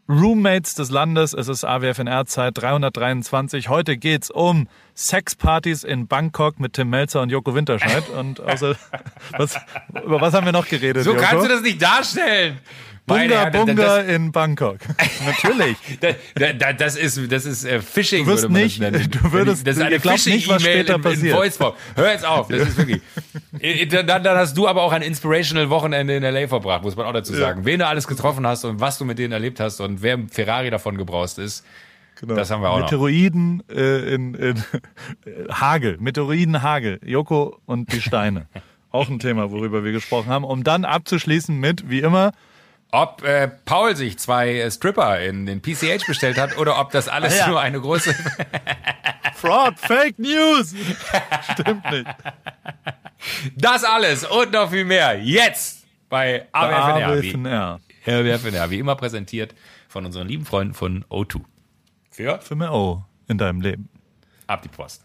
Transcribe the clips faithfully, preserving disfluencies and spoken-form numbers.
Roommates des Landes. Es ist A W F N R-Zeit dreihundertdreiundzwanzig. Heute geht's um Sexpartys in Bangkok mit Tim Melzer und Joko Winterscheid. Und außer, was, über was haben wir noch geredet, So Joko? kannst du das nicht darstellen. Bunga Bunga in Bangkok. Natürlich. Da, da, da, das ist, das ist äh, Phishing, Du wirst würde man nicht, das nennen. du würdest, das ist eine ihr glaubt nicht, was Phishing-E-Mail später in, in passiert. Voiceform. Hör jetzt auf, das ist wirklich. Dann, dann hast du aber auch ein inspirational Wochenende in L A verbracht, muss man auch dazu sagen. Ja. Wen du alles getroffen hast und was du mit denen erlebt hast und wer im Ferrari davon gebraust ist. Genau. Das haben wir auch Meteoroiden noch. Äh, in, in Hagel, Meteoroiden Hagel, Joko und die Steine. Auch ein Thema, worüber wir gesprochen haben, um dann abzuschließen mit, wie immer, ob äh, Paul sich zwei äh, Stripper in den P C H bestellt hat oder ob das alles ja. nur eine große Fraud, Fake News. Stimmt nicht. Das alles und noch viel mehr jetzt bei A W F N R. A W F N R, wie immer präsentiert von unseren lieben Freunden von O zwei. Für? Für mehr O in deinem Leben. Ab die Post.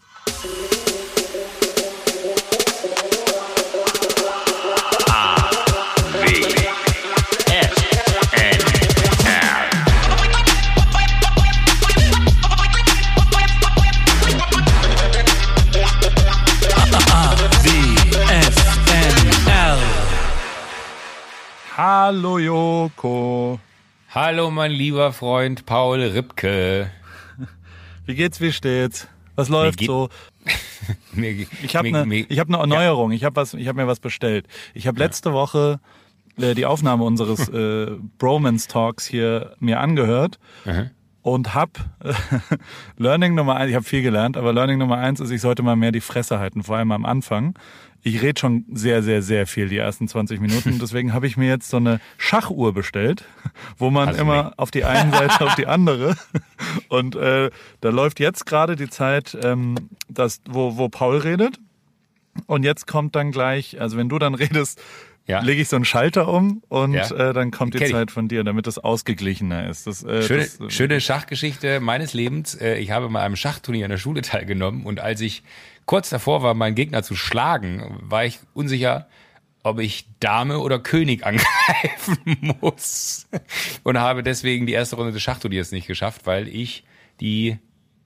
Hallo Joko. Hallo mein lieber Freund Paul Ripke. Wie geht's, wie steht's? Was läuft mir so? mir, ich habe eine ich habe eine Erneuerung, ja. ich habe was ich habe mir was bestellt. Ich habe letzte ja. Woche äh, die Aufnahme unseres äh, Bromance Talks hier mir angehört. Mhm. Und hab äh, Learning Nummer eins, ich habe viel gelernt, aber Learning Nummer eins ist, ich sollte mal mehr die Fresse halten, vor allem am Anfang. Ich rede schon sehr, sehr, sehr viel die ersten zwanzig Minuten. Deswegen habe ich mir jetzt so eine Schachuhr bestellt, wo man also immer nicht. auf die eine Seite, auf die andere. Und äh, da läuft jetzt gerade die Zeit, ähm, das, wo, wo Paul redet. Und jetzt kommt dann gleich, also wenn du dann redest, ja. lege ich so einen Schalter um und ja. äh, dann kommt die Kenn Zeit ich. von dir, damit das ausgeglichener ist. Das, äh, schöne, das, äh, schöne Schachgeschichte meines Lebens. Ich habe mal einem Schachturnier in der Schule teilgenommen und als ich kurz davor war, meinen Gegner zu schlagen, war ich unsicher, ob ich Dame oder König angreifen muss und habe deswegen die erste Runde des Schachturniers nicht geschafft, weil ich die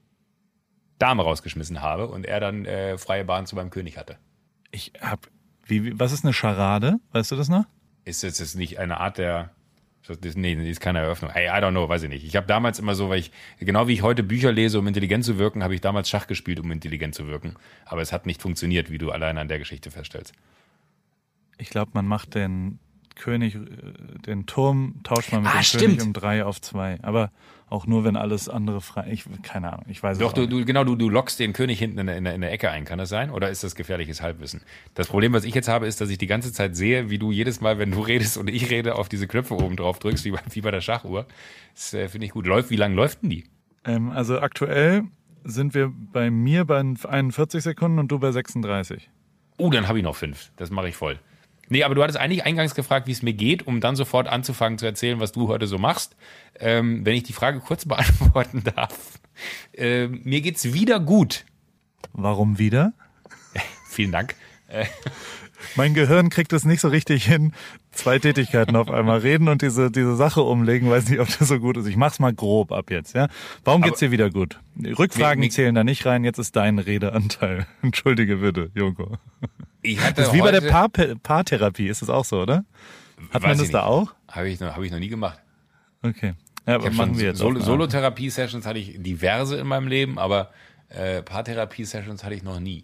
Dame rausgeschmissen habe und er dann äh, freie Bahn zu meinem König hatte. Ich hab Wie, was ist eine Scharade? Weißt du das noch? Ist das jetzt nicht eine Art der... Das, nee, das ist keine Eröffnung. Hey, I don't know, weiß ich nicht. Ich habe damals immer so, weil ich, genau wie ich heute Bücher lese, um intelligent zu wirken, habe ich damals Schach gespielt, um intelligent zu wirken. Aber es hat nicht funktioniert, wie du allein an der Geschichte feststellst. Ich glaube, man macht den König, den Turm tauscht man mit ah, dem stimmt. König um drei auf zwei. Aber auch nur, wenn alles andere frei... Ich, keine Ahnung, ich weiß es Doch, auch du, nicht. du, genau, du, du lockst den König hinten in der, in, der, in der Ecke ein. Kann das sein? Oder ist das gefährliches Halbwissen? Das Problem, was ich jetzt habe, ist, dass ich die ganze Zeit sehe, wie du jedes Mal, wenn du redest und ich rede, auf diese Knöpfe oben drauf drückst, wie bei, wie bei der Schachuhr. Das äh, finde ich gut. Läuft, wie lange läuft denn die? Ähm, also aktuell sind wir bei mir bei einundvierzig Sekunden und du bei sechsunddreißig. Oh, dann habe ich noch fünf. Das mache ich voll. Nee, aber du hattest eigentlich eingangs gefragt, wie es mir geht, um dann sofort anzufangen zu erzählen, was du heute so machst. Ähm, wenn ich die Frage kurz beantworten darf. Äh, mir geht's wieder gut. Warum wieder? Vielen Dank. Äh, mein Gehirn kriegt es nicht so richtig hin, zwei Tätigkeiten auf einmal reden und diese diese Sache umlegen, weiß nicht, ob das so gut ist. Ich mach's mal grob ab jetzt, ja. Warum geht's dir wieder gut? Rückfragen mir, mir, zählen da nicht rein, jetzt ist dein Redeanteil. Entschuldige bitte, Joko. Ich hatte das ist wie heute, bei der Paar, Paartherapie, ist das auch so, oder? Hat man das da auch? Habe ich, noch, hab ich noch nie gemacht. Okay. Ja, aber machen wir jetzt. Solo, Solotherapie-Sessions hatte ich diverse in meinem Leben, aber äh, Paartherapie-Sessions hatte ich noch nie.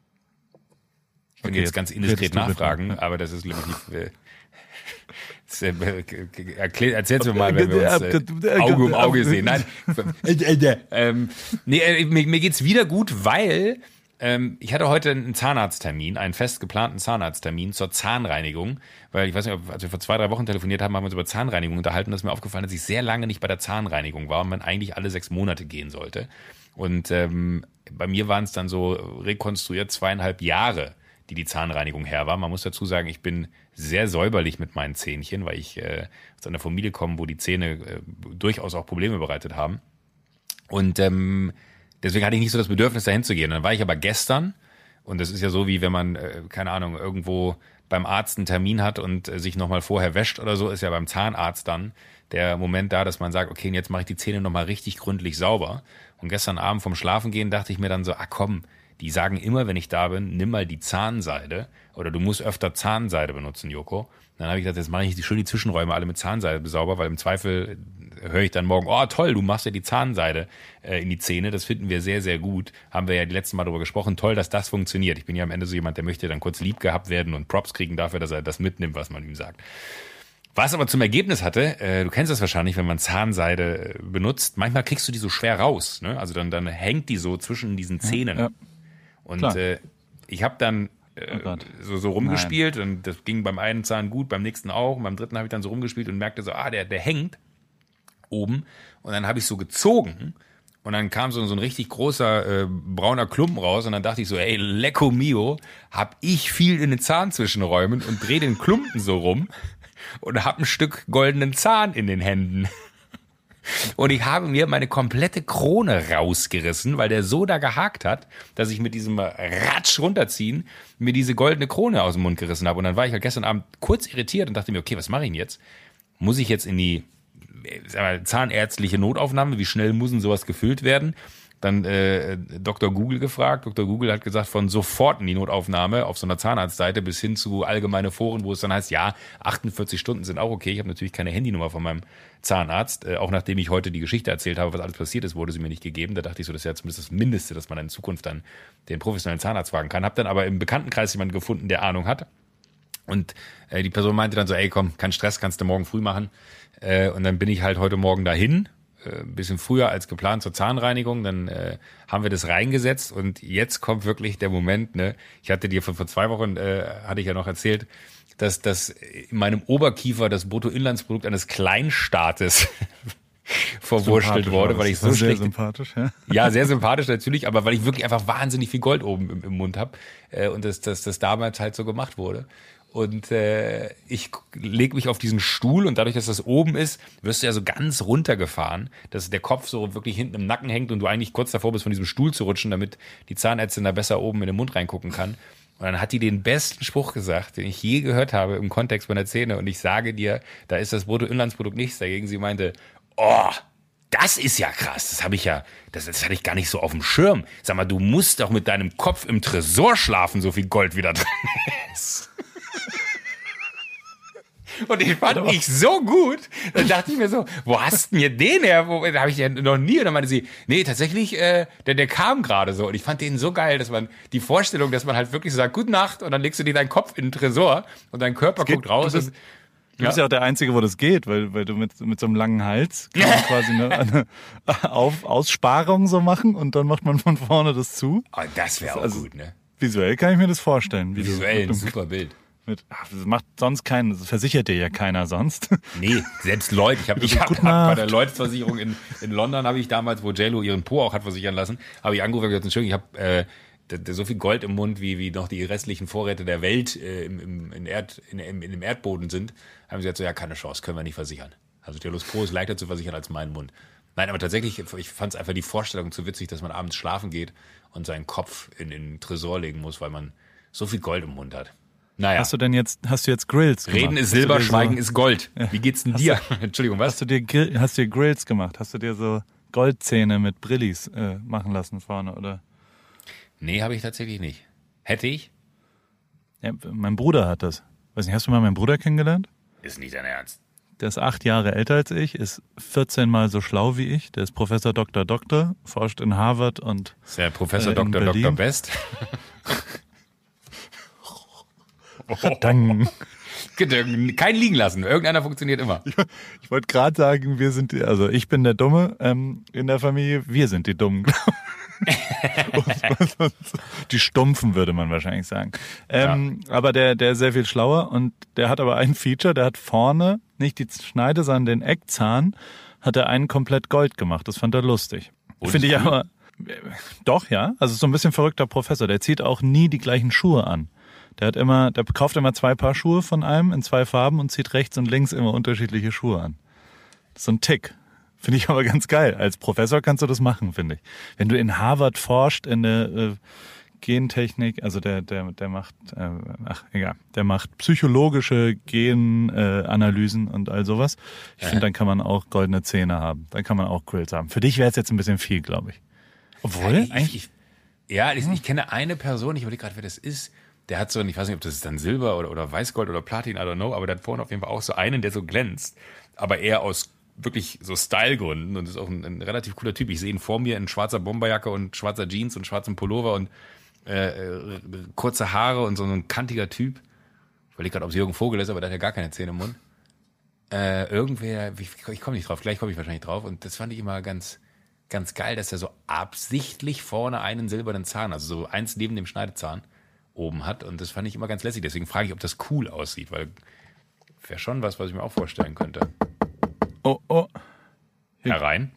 Ich könnte okay, jetzt ganz indiskret nachfragen, bitte. Aber das ist, glaube ich, nicht... Äh, erklär, erzähl's mir mal, wenn wir uns äh, Auge um Auge sehen. Nein, ähm, nee, mir, mir geht's wieder gut, weil ähm, ich hatte heute einen Zahnarzttermin, einen fest geplanten Zahnarzttermin zur Zahnreinigung, weil ich weiß nicht, als wir vor zwei, drei Wochen telefoniert haben, haben wir uns über Zahnreinigung unterhalten, da ist mir aufgefallen, dass ich sehr lange nicht bei der Zahnreinigung war und man eigentlich alle sechs Monate gehen sollte. Und ähm, bei mir waren es dann so rekonstruiert zweieinhalb Jahre, die die Zahnreinigung her war. Man muss dazu sagen, ich bin sehr säuberlich mit meinen Zähnchen, weil ich äh, aus einer Familie komme, wo die Zähne äh, durchaus auch Probleme bereitet haben. Und ähm, deswegen hatte ich nicht so das Bedürfnis, dahin zu gehen. Dann war ich aber gestern, und das ist ja so, wie wenn man, äh, keine Ahnung, irgendwo beim Arzt einen Termin hat und äh, sich nochmal vorher wäscht oder so, ist ja beim Zahnarzt dann der Moment da, dass man sagt, okay, jetzt mache ich die Zähne nochmal richtig gründlich sauber. Und gestern Abend vom Schlafengehen dachte ich mir dann so, ah komm, die sagen immer, wenn ich da bin, nimm mal die Zahnseide oder du musst öfter Zahnseide benutzen, Joko. Dann habe ich gedacht, jetzt mache ich die, schön die Zwischenräume alle mit Zahnseide sauber, weil im Zweifel höre ich dann morgen, oh toll, du machst ja die Zahnseide äh, in die Zähne. Das finden wir sehr, sehr gut. Haben wir ja die letzten Mal darüber gesprochen. Toll, dass das funktioniert. Ich bin ja am Ende so jemand, der möchte dann kurz lieb gehabt werden und Props kriegen dafür, dass er das mitnimmt, was man ihm sagt. Was aber zum Ergebnis hatte, äh, du kennst das wahrscheinlich, wenn man Zahnseide benutzt, manchmal kriegst du die so schwer raus. Ne? Also dann, dann hängt die so zwischen diesen Zähnen. Ja, ja. Und äh, ich habe dann äh, oh so, so rumgespielt Nein. und das ging beim einen Zahn gut, beim nächsten auch. Und beim dritten habe ich dann so rumgespielt und merkte so, ah, der, der hängt oben. Und dann habe ich so gezogen und dann kam so, so ein richtig großer äh, brauner Klumpen raus und dann dachte ich so, ey, lecco mio, hab ich viel in den Zahnzwischenräumen und dreh den Klumpen so rum. Und habe ein Stück goldenen Zahn in den Händen. Und ich habe mir meine komplette Krone rausgerissen, weil der so da gehakt hat, dass ich mit diesem Ratsch runterziehen mir diese goldene Krone aus dem Mund gerissen habe. Und dann war ich halt gestern Abend kurz irritiert und dachte mir, okay, was mache ich denn jetzt? Muss ich jetzt in die sag mal, zahnärztliche Notaufnahme? Wie schnell muss denn sowas gefüllt werden? Dann äh, Doktor Google gefragt. Doktor Google hat gesagt, von sofort in die Notaufnahme auf so einer Zahnarztseite bis hin zu allgemeine Foren, wo es dann heißt, ja, achtundvierzig Stunden sind auch okay. Ich habe natürlich keine Handynummer von meinem Zahnarzt. Äh, auch nachdem ich heute die Geschichte erzählt habe, was alles passiert ist, wurde sie mir nicht gegeben. Da dachte ich so, das ist ja zumindest das Mindeste, dass man in Zukunft dann den professionellen Zahnarzt fragen kann. Habe dann aber im Bekanntenkreis jemanden gefunden, der Ahnung hat. Und äh, die Person meinte dann so, ey komm, kein Stress, kannst du morgen früh machen. Äh, und dann bin ich halt heute Morgen dahin. Ein bisschen früher als geplant zur Zahnreinigung, dann äh, haben wir das reingesetzt und jetzt kommt wirklich der Moment, ne? Ich hatte dir vor, vor zwei Wochen, äh, hatte ich ja noch erzählt, dass das in meinem Oberkiefer das Bruttoinlandsprodukt eines Kleinstaates verwurstelt wurde, weil ich so schlecht... Sehr sympathisch, ja? Ja, sehr sympathisch natürlich, aber weil ich wirklich einfach wahnsinnig viel Gold oben im, im Mund habe äh, und das, das, das damals halt so gemacht wurde. Und äh, ich lege mich auf diesen Stuhl und dadurch, dass das oben ist, wirst du ja so ganz runtergefahren, dass der Kopf so wirklich hinten im Nacken hängt und du eigentlich kurz davor bist, von diesem Stuhl zu rutschen, damit die Zahnärztin da besser oben in den Mund reingucken kann. Und dann hat die den besten Spruch gesagt, den ich je gehört habe im Kontext meiner Zähne. Und ich sage dir, da ist das Bruttoinlandsprodukt nichts dagegen. Sie meinte, oh, das ist ja krass. Das habe ich ja, das, das hatte ich gar nicht so auf dem Schirm. Sag mal, du musst doch mit deinem Kopf im Tresor schlafen, so viel Gold wieder drin ist. Und den fand ich so gut, dann dachte ich mir so, wo hast du mir den her? Wo, da habe ich ja noch nie. Und dann meinte sie, nee, tatsächlich, äh, der, der kam gerade so. Und ich fand den so geil, dass man die Vorstellung, dass man halt wirklich so sagt, gute Nacht, und dann legst du dir deinen Kopf in den Tresor und dein Körper geht, guckt raus. Du bist, und, du ja. bist ja auch der Einzige, wo das geht, weil, weil du mit, mit so einem langen Hals kann man quasi eine, eine Auf, Aussparung so machen und dann macht man von vorne das zu. Oh, das wäre auch also, gut, ne? Visuell kann ich mir das vorstellen. Wie Visuell, du, ein super Bild. Mit, ach, das macht sonst keinen, das versichert dir ja keiner sonst. Nee, selbst Leute. Ich habe ich hab, hab bei der Lloyd-Versicherung in, in London, habe ich damals, wo J-Lo ihren Po auch hat versichern lassen, habe ich angerufen und gesagt, Entschuldigung, ich habe äh, so viel Gold im Mund, wie, wie noch die restlichen Vorräte der Welt äh, im, im, in Erd, in, in, in dem Erdboden sind. Haben sie gesagt, so, ja, keine Chance, können wir nicht versichern. Also J-Los Po ist leichter zu versichern als mein Mund. Nein, aber tatsächlich, ich fand es einfach die Vorstellung zu witzig, dass man abends schlafen geht und seinen Kopf in den Tresor legen muss, weil man so viel Gold im Mund hat. Naja. Hast du denn jetzt, hast du jetzt Grills gemacht? Reden ist Silber, Schweigen so, ist Gold. Wie geht's denn dir? Du, Entschuldigung, was? Hast du dir, hast du dir Grills gemacht? Hast du dir so Goldzähne mit Brillis äh, machen lassen vorne, oder? Nee, habe ich tatsächlich nicht. Hätte ich? Ja, mein Bruder hat das. Weiß nicht, hast du mal meinen Bruder kennengelernt? Ist nicht dein Ernst. Der ist acht Jahre älter als ich, ist vierzehn Mal so schlau wie ich. Der ist Professor Doktor Doktor, forscht in Harvard und ist der Professor äh, Doktor Doktor Best? Verdammt. Kein liegen lassen. Irgendeiner funktioniert immer. Ich, ich wollte gerade sagen, wir sind, die, also ich bin der Dumme ähm, in der Familie, wir sind die Dummen, glaube ich. Die Stumpfen, würde man wahrscheinlich sagen. Ähm, ja. Aber der, der ist sehr viel schlauer und der hat aber ein Feature, der hat vorne nicht die Schneide, sondern den Eckzahn, hat er einen komplett Gold gemacht. Das fand er lustig. Finde ich aber, doch, ja. Also so ein bisschen verrückter Professor. Der zieht auch nie die gleichen Schuhe an. Der hat immer, der kauft immer zwei Paar Schuhe von einem in zwei Farben und zieht rechts und links immer unterschiedliche Schuhe an. Das ist so ein Tick. Finde ich aber ganz geil. Als Professor kannst du das machen, finde ich. Wenn du in Harvard forscht, in der äh, Gentechnik, also der, der, der macht, äh, ach egal, der macht psychologische Genanalysen äh, und all sowas. Ich finde, dann kann man auch goldene Zähne haben. Dann kann man auch Grills haben. Für dich wäre es jetzt ein bisschen viel, glaube ich. Obwohl, ja, ich, eigentlich. Ich, ja, ich, ich kenne eine Person, ich überlege gerade, wer das ist. Der hat so, ich weiß nicht, ob das ist dann Silber oder, oder Weißgold oder Platin, I don't know, aber der hat vorne auf jeden Fall auch so einen, der so glänzt. Aber eher aus wirklich so Stylegründen und ist auch ein, ein relativ cooler Typ. Ich sehe ihn vor mir in schwarzer Bomberjacke und schwarzer Jeans und schwarzem Pullover und äh, äh, kurze Haare und so ein kantiger Typ. Ich überlege gerade, ob es Jürgen Vogel ist, aber der hat ja gar keine Zähne im Mund. Äh, irgendwer, ich, ich komme nicht drauf, gleich komme ich wahrscheinlich drauf. Und das fand ich immer ganz, ganz geil, dass er so absichtlich vorne einen silbernen Zahn, also so eins neben dem Schneidezahn oben hat. Und das fand ich immer ganz lässig. Deswegen frage ich, ob das cool aussieht, weil wäre schon was, was ich mir auch vorstellen könnte. Oh, oh. Herein.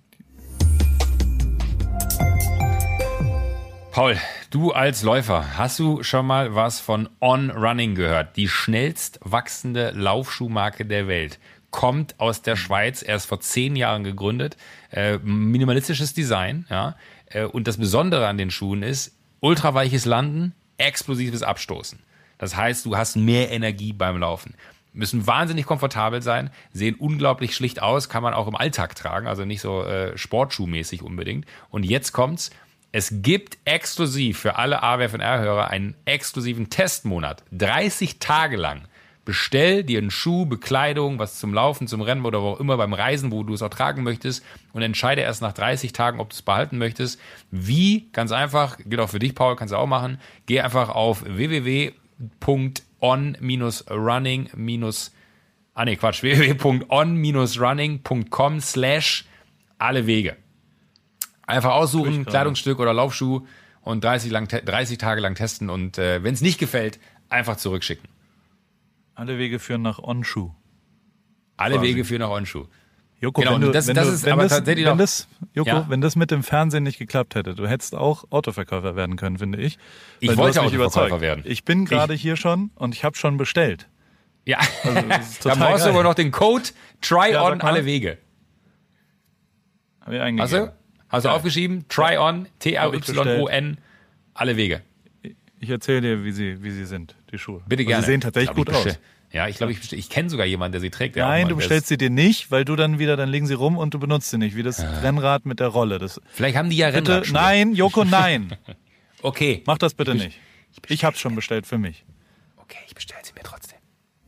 Paul, du als Läufer, hast du schon mal was von On Running gehört? Die schnellst wachsende Laufschuhmarke der Welt. Kommt aus der Schweiz, erst vor zehn Jahren gegründet. Äh, minimalistisches Design, ja. Äh, und das Besondere an den Schuhen ist, ultraweiches Landen, explosives Abstoßen. Das heißt, du hast mehr Energie beim Laufen. Müssen wahnsinnig komfortabel sein, sehen unglaublich schlicht aus, kann man auch im Alltag tragen, also nicht so äh, sportschuhmäßig unbedingt. Und jetzt kommt's, es gibt exklusiv für alle A W F N R-Hörer einen exklusiven Testmonat, dreißig Tage lang. Bestell dir einen Schuh, Bekleidung, was zum Laufen, zum Rennen oder wo auch immer beim Reisen, wo du es auch tragen möchtest und entscheide erst nach dreißig Tagen, ob du es behalten möchtest. Wie? Ganz einfach, gilt auch für dich, Paul, kannst du auch machen. Geh einfach auf w w w punkt on running ah nee, Quatsch, w w w punkt on running punkt com slash alle Wege. Einfach aussuchen, Kleidungsstück oder Laufschuh und dreißig, lang, dreißig Tage lang testen und äh, wenn es nicht gefällt, einfach zurückschicken. Alle Wege führen nach On-Schuh. Alle Quasi. Wege führen nach On-Schuh. Joko, genau, wenn du, das, wenn das du, ist wenn aber das, tatsächlich wenn das, Joko, ja? wenn das mit dem Fernsehen nicht geklappt hätte, du hättest auch Autoverkäufer werden können, finde ich. Ich wollte Autoverkäufer werden. Ich bin gerade hier schon und ich habe schon bestellt. Ja, also, da brauchst du aber noch den Code Try ja, on alle Wege. Hab ich eingegeben. Hast du, hast du aufgeschrieben? Try on, T R Y O N, alle Wege. Ich erzähle dir, wie sie, wie sie sind, die Schuhe. Bitte gerne. Sie sehen tatsächlich gut aus. Ja, ich glaube, ich, ich kenne sogar jemanden, der sie trägt. Nein, mal, du bestellst sie dir nicht, weil du dann wieder, dann liegen sie rum und du benutzt sie nicht, wie das ah. Rennrad mit der Rolle. Das Vielleicht haben die ja bitte, Rennradschuhe. Nein, Joko, nein. Okay. Mach das bitte ich, nicht. Ich, ich hab's schon bestellt für mich. Okay, ich bestelle sie mir trotzdem.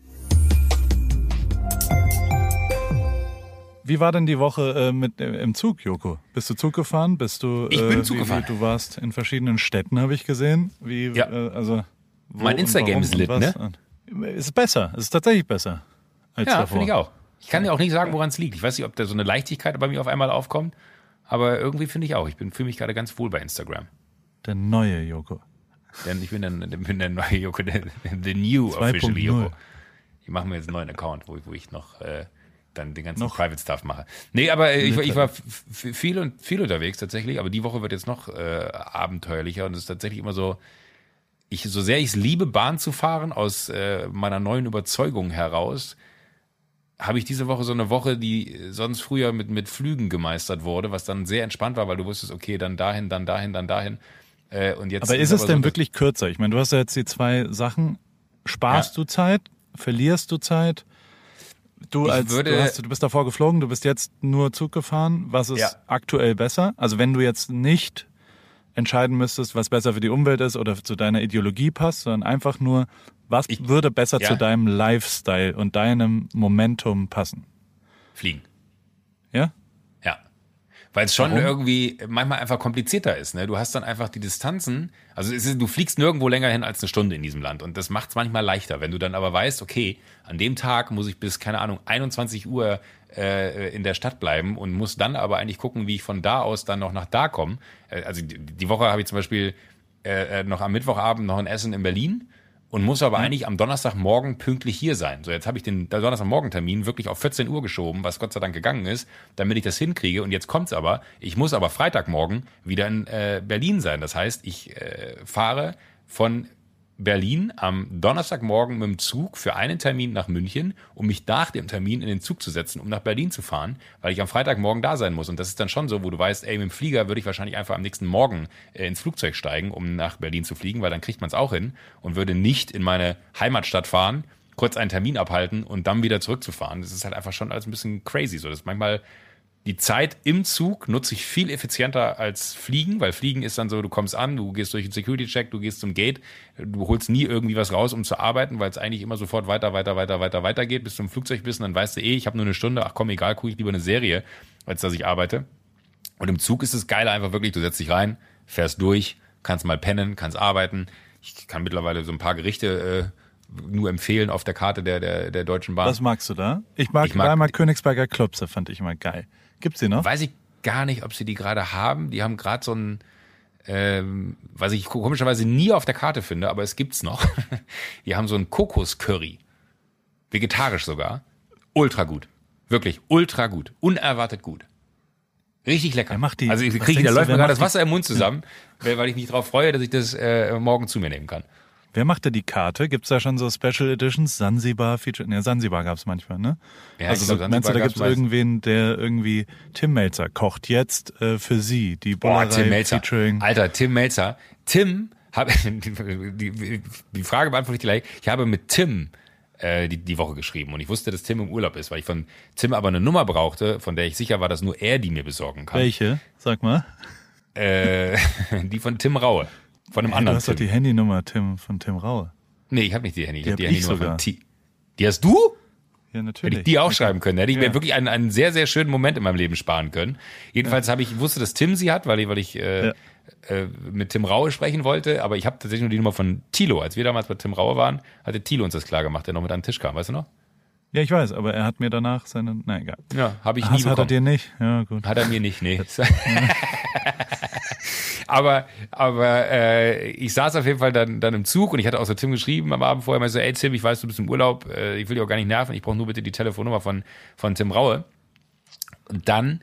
Wie war denn die Woche äh, mit äh, im Zug, Joko? Bist du Zug gefahren? Bist du? Ich bin äh, Zug wie, gefahren. Wie, du warst in verschiedenen Städten, habe ich gesehen. Wie? Ja. Äh, also. Wo mein Instagram ist lit, ne? Es ist besser. Es ist tatsächlich besser als ja, davor. Finde ich auch. Ich kann dir auch nicht sagen, woran es liegt. Ich weiß nicht, ob da so eine Leichtigkeit bei mir auf einmal aufkommt, aber irgendwie finde ich auch. Ich fühle mich gerade ganz wohl bei Instagram. Der neue Joko. Denn ich bin der, bin der neue Joko, der, the new official Joko. Ich mache mir jetzt einen neuen Account, wo, wo ich noch äh, dann den ganzen noch? Private Stuff mache. Nee, aber äh, ich, ich war f- viel und viel unterwegs tatsächlich, aber die Woche wird jetzt noch äh, abenteuerlicher und es ist tatsächlich immer so, ich, so sehr ich es liebe, Bahn zu fahren, aus äh, meiner neuen Überzeugung heraus, habe ich diese Woche so eine Woche, die sonst früher mit, mit Flügen gemeistert wurde, was dann sehr entspannt war, weil du wusstest, okay, dann dahin, dann dahin, dann dahin. Äh, und jetzt aber ist es aber denn so, wirklich kürzer? Ich meine, du hast ja jetzt die zwei Sachen. Sparst ja. du Zeit? Verlierst du Zeit? Du, als, würde, du, hast, du bist davor geflogen, du bist jetzt nur Zug gefahren. Was ist ja. aktuell besser? Also wenn du jetzt nicht entscheiden müsstest, was besser für die Umwelt ist oder zu deiner Ideologie passt, sondern einfach nur, was ich, würde besser ja. zu deinem Lifestyle und deinem Momentum passen? Fliegen. Ja? Ja. Weil es schon Warum? irgendwie manchmal einfach komplizierter ist. Ne? Du hast dann einfach die Distanzen, also es ist, du fliegst nirgendwo länger hin als eine Stunde in diesem Land und das macht es manchmal leichter, wenn du dann aber weißt, okay, an dem Tag muss ich bis, keine Ahnung, einundzwanzig Uhr äh, in der Stadt bleiben und muss dann aber eigentlich gucken, wie ich von da aus dann noch nach da komme. Äh, also die, die Woche habe ich zum Beispiel äh, noch am Mittwochabend noch ein Essen in Berlin und muss aber mhm. eigentlich am Donnerstagmorgen pünktlich hier sein. So, jetzt habe ich den Donnerstagmorgen-Termin wirklich auf vierzehn Uhr geschoben, was Gott sei Dank gegangen ist, damit ich das hinkriege. Und jetzt kommt's aber, ich muss aber Freitagmorgen wieder in äh, Berlin sein. Das heißt, ich äh, fahre von Berlin am Donnerstagmorgen mit dem Zug für einen Termin nach München, um mich nach dem Termin in den Zug zu setzen, um nach Berlin zu fahren, weil ich am Freitagmorgen da sein muss. Und das ist dann schon so, wo du weißt, ey, mit dem Flieger würde ich wahrscheinlich einfach am nächsten Morgen äh, ins Flugzeug steigen, um nach Berlin zu fliegen, weil dann kriegt man es auch hin und würde nicht in meine Heimatstadt fahren, kurz einen Termin abhalten und dann wieder zurückzufahren. Das ist halt einfach schon alles ein bisschen crazy. So, das ist manchmal die Zeit im Zug nutze ich viel effizienter als Fliegen, weil Fliegen ist dann so, du kommst an, du gehst durch den Security-Check, du gehst zum Gate, du holst nie irgendwie was raus, um zu arbeiten, weil es eigentlich immer sofort weiter, weiter, weiter, weiter, weiter geht, bis du im Flugzeug bist und dann weißt du eh, ich habe nur eine Stunde, ach komm, egal, gucke ich lieber eine Serie, als dass ich arbeite. Und im Zug ist es geiler einfach wirklich, du setzt dich rein, fährst durch, kannst mal pennen, kannst arbeiten. Ich kann mittlerweile so ein paar Gerichte äh, nur empfehlen auf der Karte der, der, der Deutschen Bahn. Was magst du da? Ich mag, Ich mag- einmal Königsberger Klopse, fand ich immer geil. Gibt's die noch? Weiß ich gar nicht, ob sie die gerade haben. Die haben gerade so ein, ähm, was ich komischerweise nie auf der Karte finde, aber es gibt's noch. Die haben so ein Kokos-Curry. Vegetarisch sogar. Ultra gut. Wirklich ultra gut. Unerwartet gut. Richtig lecker. Wer macht die? Also ich Was kriege, da denkst du, läuft mir wer gerade macht das Wasser im Mund zusammen, weil weil ich mich darauf freue, dass ich das äh, morgen zu mir nehmen kann. Wer macht da die Karte? Gibt's da schon so Special Editions? Sansibar, Feature? Ne, Sansibar gab's manchmal, ne? Ja, also ich so, glaub, meinst du, da Sansibar gibt's gab's irgendwen, der irgendwie Tim Melzer kocht jetzt äh, für sie die Boah, Bullerei Tim Melzer. featuring. Alter, Tim Melzer. Tim, hab, die, die, die Frage beantworte ich gleich. Ich habe mit Tim äh, die, die Woche geschrieben und ich wusste, dass Tim im Urlaub ist, weil ich von Tim aber eine Nummer brauchte, von der ich sicher war, dass nur er die mir besorgen kann. Welche? Sag mal. Äh, die von Tim Raue. Von einem Hey, du anderen hast doch Tim. die Handynummer Tim von Tim Raue. Nee, ich habe nicht die Handy. Ich Die habe hab die ich Handynummer sogar. von T. Die hast du? Ja, Hätte natürlich. ich die auch schreiben können. Hätte ich Ja. mir wirklich einen, einen sehr, sehr schönen Moment in meinem Leben sparen können. Jedenfalls habe ich, ich wusste, dass Tim sie hat, weil ich, weil ich äh, Ja. äh, mit Tim Raue sprechen wollte, aber ich habe tatsächlich nur die Nummer von Thilo. Als wir damals bei Tim Raue waren, hatte Thilo uns das klar gemacht, der noch mit an den Tisch kam, weißt du noch? Ja, ich weiß, aber er hat mir danach seine. Na egal. Ja, habe ich Ach, nie das hat er bekommen. dir nicht? Ja, gut. Hat er mir nicht, nee. aber aber äh, ich saß auf jeden Fall dann, dann im Zug und ich hatte auch so Tim geschrieben am Abend vorher, meinte so, ey Tim, ich weiß, du bist im Urlaub, äh, ich will dich auch gar nicht nerven, ich brauche nur bitte die Telefonnummer von, von Tim Raue. Und dann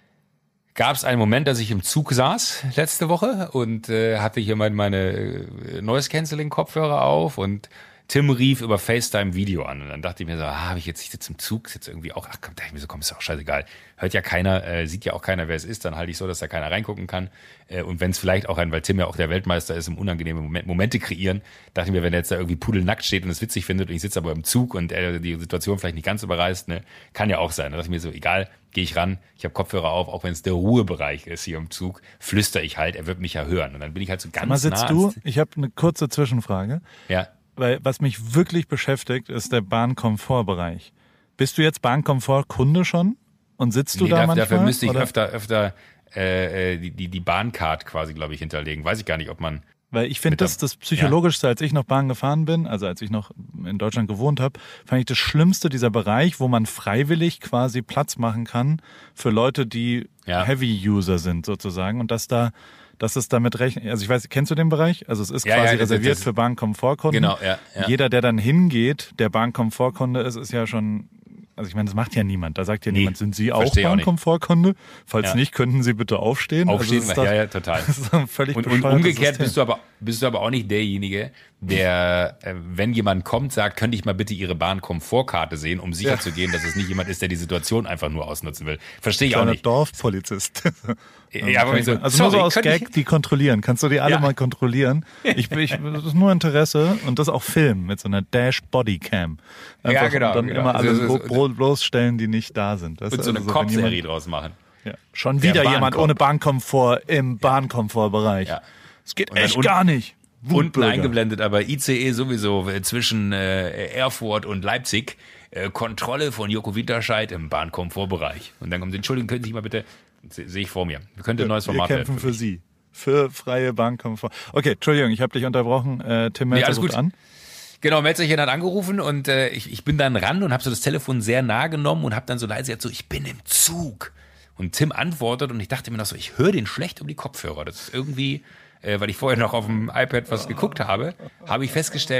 gab es einen Moment, dass ich im Zug saß letzte Woche und äh, hatte hier meine, meine äh, Noise-Canceling-Kopfhörer auf und Tim rief über FaceTime Video an und dann dachte ich mir so, ah, habe ich jetzt, ich sitze im Zug, sitze irgendwie auch, ach komm, dachte ich mir so, komm, ist auch scheißegal. Hört ja keiner, äh, sieht ja auch keiner, wer es ist, dann halte ich so, dass da keiner reingucken kann. Äh, und wenn es vielleicht auch ein, weil Tim ja auch der Weltmeister ist, im unangenehmen Moment, Momente kreieren, dachte ich mir, wenn er jetzt da irgendwie pudelnackt steht und es witzig findet und ich sitze aber im Zug und er die Situation vielleicht nicht ganz überreißt, ne, kann ja auch sein. Da dachte ich mir so, egal, gehe ich ran, ich habe Kopfhörer auf, auch wenn es der Ruhebereich ist hier im Zug, flüster ich halt, er wird mich ja hören. Und dann bin ich halt so ganz Mal sitzt nah du? ans- Ich habe eine kurze Zwischenfrage. Ja. Weil was mich wirklich beschäftigt, ist der Bahnkomfortbereich. Bist du jetzt Bahnkomfort-Kunde schon? Und sitzt du Nee, da dafür, manchmal? dafür müsste ich oder? öfter, öfter äh, äh, die, die, die Bahncard quasi, glaube ich, hinterlegen. Weiß ich gar nicht, ob man. Weil ich finde mit der- das das Psychologischste, als ich noch Bahn gefahren bin, also als ich noch in Deutschland gewohnt habe, fand ich das Schlimmste dieser Bereich, wo man freiwillig quasi Platz machen kann für Leute, die Ja. Heavy-User sind sozusagen. Und dass da, dass es damit rechnet, also ich weiß, kennst du den Bereich? Also es ist Ja, quasi ja, das- reserviert das- für Bahnkomfortkunden. Genau, ja, ja. Jeder, der dann hingeht, der Bahnkomfortkunde ist, ist ja schon, also ich meine, das macht ja niemand. Da sagt ja Nee, niemand, sind Sie auch versteh auch nicht. Bahnkomfortkunde? Falls Ja. nicht, könnten Sie bitte aufstehen. Aufstehen, also es ist doch, ja, ja, total. Das ist doch ein völlig Und, und bescheuertes umgekehrt System. bist du aber bist du aber auch nicht derjenige, der, äh, wenn jemand kommt, sagt, könnte ich mal bitte Ihre Bahnkomfortkarte sehen, um sicher Ja. zu gehen, dass es nicht jemand ist, der die Situation einfach nur ausnutzen will. Verstehe ich auch Kleiner nicht. Dorfpolizist. Ja, aber so, also nur so sorry, aus könnte Gag, ich- die kontrollieren. Kannst du die alle Ja. mal kontrollieren? Ich, ich, das ist nur Interesse und das auch Film mit so einer Dash Bodycam. Ja, genau, Und dann genau. immer alle Also, so so- blo- bloßstellen, die nicht da sind. Das Und ist so eine also so, wenn Cop-Serie jemand- draus machen. Ja. Schon Der wieder jemand Bahncop. ohne Bahnkomfort im Bahnkomfortbereich. Ja. Es geht Und dann echt un- gar nicht. Unten Wutbürger. eingeblendet, aber I C E sowieso äh, zwischen äh, Erfurt und Leipzig. Äh, Kontrolle von Joko Winterscheid im Bahnkomfortbereich. Und dann kommt, Entschuldigung, können Sie mal bitte, se- sehe ich vor mir. Könnte ein neues Wir Format kämpfen werden. für mich. Sie. Für freie Bahnkomfort. Okay, Entschuldigung, ich habe dich unterbrochen. Äh, Tim Melzer alles ruft gut. an. Genau, Metzerchen hat angerufen und äh, ich, ich bin dann ran und habe so das Telefon sehr nah genommen und habe dann so leise gesagt, so, ich bin im Zug. Und Tim antwortet und ich dachte mir noch so, ich höre den schlecht um die Kopfhörer. Das ist irgendwie, äh, weil ich vorher noch auf dem iPad was geguckt habe, habe ich festgestellt,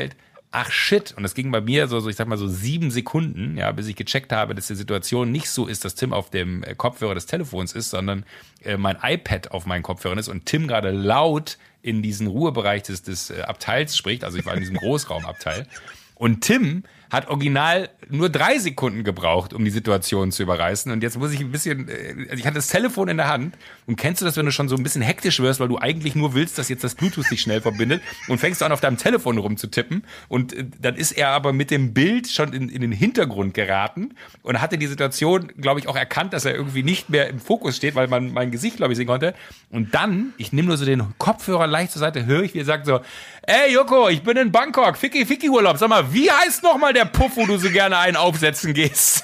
ach shit. Und das ging bei mir so, so, ich sag mal so sieben Sekunden, ja, bis ich gecheckt habe, dass die Situation nicht so ist, dass Tim auf dem Kopfhörer des Telefons ist, sondern äh, mein iPad auf meinen Kopfhörern ist und Tim gerade laut in diesen Ruhebereich des, des äh, Abteils spricht. Also ich war in diesem Großraumabteil. Und Tim hat original nur drei Sekunden gebraucht, um die Situation zu überreißen. Und jetzt muss ich ein bisschen, also ich hatte das Telefon in der Hand. Und kennst du das, wenn du schon so ein bisschen hektisch wirst, weil du eigentlich nur willst, dass jetzt das Bluetooth sich schnell verbindet und fängst an, auf deinem Telefon rumzutippen. Und dann ist er aber mit dem Bild schon in, in den Hintergrund geraten und hatte die Situation, glaube ich, auch erkannt, dass er irgendwie nicht mehr im Fokus steht, weil man mein Gesicht, glaube ich, sehen konnte. Und dann, ich nehme nur so den Kopfhörer leicht zur Seite, höre ich, wie er sagt so, ey Joko, ich bin in Bangkok, Ficky Ficky Urlaub. Sag mal, wie heißt noch mal der Puff, wo du so gerne einen aufsetzen gehst?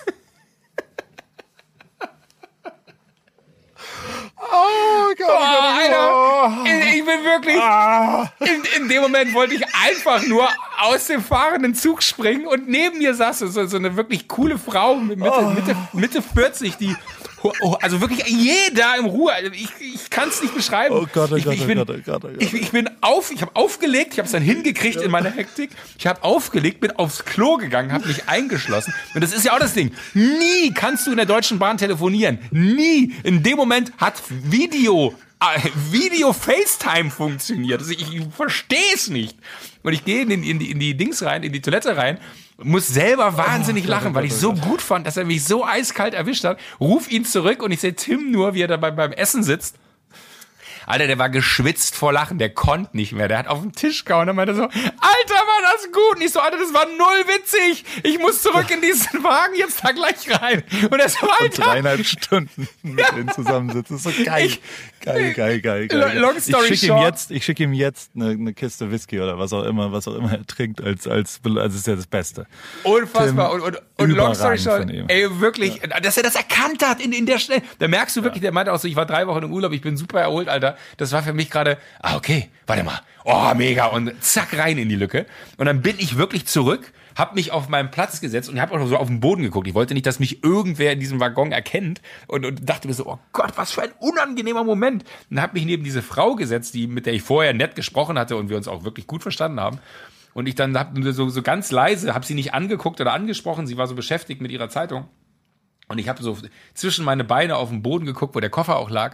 Oh Gott, oh, Alter, ich, ich bin wirklich, ah. in, in dem Moment wollte ich einfach nur aus dem fahrenden Zug springen und neben mir saß so, so eine wirklich coole Frau mit Mitte, oh. Mitte, Mitte vierzig, die, also wirklich jeder im Ruhe, ich, ich kann es nicht beschreiben. Oh Gott, oh ich, Gott, ich oh bin, Gott, oh Gott, oh Gott. Ich, ich bin auf, ich habe aufgelegt, ich habe es dann hingekriegt in meiner Hektik, ich habe aufgelegt, bin aufs Klo gegangen, habe mich eingeschlossen und das ist ja auch das Ding, nie kannst du in der Deutschen Bahn telefonieren, nie, in dem Moment hat Video, äh, Video-FaceTime funktioniert, also ich, ich verstehe es nicht und ich gehe in, in, in, die, in die Dings rein, in die Toilette rein, muss selber wahnsinnig oh, lachen, weil ich so gut fand, dass er mich so eiskalt erwischt hat. Ruf ihn zurück und ich sehe Tim nur, wie er da beim, beim Essen sitzt. Alter, der war geschwitzt vor Lachen, der konnte nicht mehr. Der hat auf den Tisch gehauen und meinte so, Alter, war das gut. Und ich so, Alter, das war null witzig. Ich muss zurück in diesen Wagen jetzt da gleich rein. Und er so, Alter. Und dreieinhalb Stunden mit denen zusammensitzen. Das ist so geil. Ich, geil, geil, geil, geil. Long story ich schicke short. ihm jetzt, ich schicke ihm jetzt eine, eine Kiste Whisky oder was auch immer, was auch immer er trinkt, als, als, also das ist ja das Beste. Unfassbar. Tim, und, und, und long story short, ey, wirklich, ja. dass er das erkannt hat in, in der Schnelle. Da merkst du wirklich, ja. Der meinte auch so, ich war drei Wochen im Urlaub, ich bin super erholt, Alter. Das war für mich gerade, ah, okay, warte mal. Oh, mega. Und zack, rein in die Lücke. Und dann bin ich wirklich zurück, hab mich auf meinen Platz gesetzt und hab auch noch so auf den Boden geguckt. Ich wollte nicht, dass mich irgendwer in diesem Waggon erkennt und, und dachte mir so, oh Gott, was für ein unangenehmer Moment. Und hab mich neben diese Frau gesetzt, die, mit der ich vorher nett gesprochen hatte und wir uns auch wirklich gut verstanden haben. Und ich dann hab so, so ganz leise, hab sie nicht angeguckt oder angesprochen. Sie war so beschäftigt mit ihrer Zeitung. Und ich habe so zwischen meine Beine auf den Boden geguckt, wo der Koffer auch lag.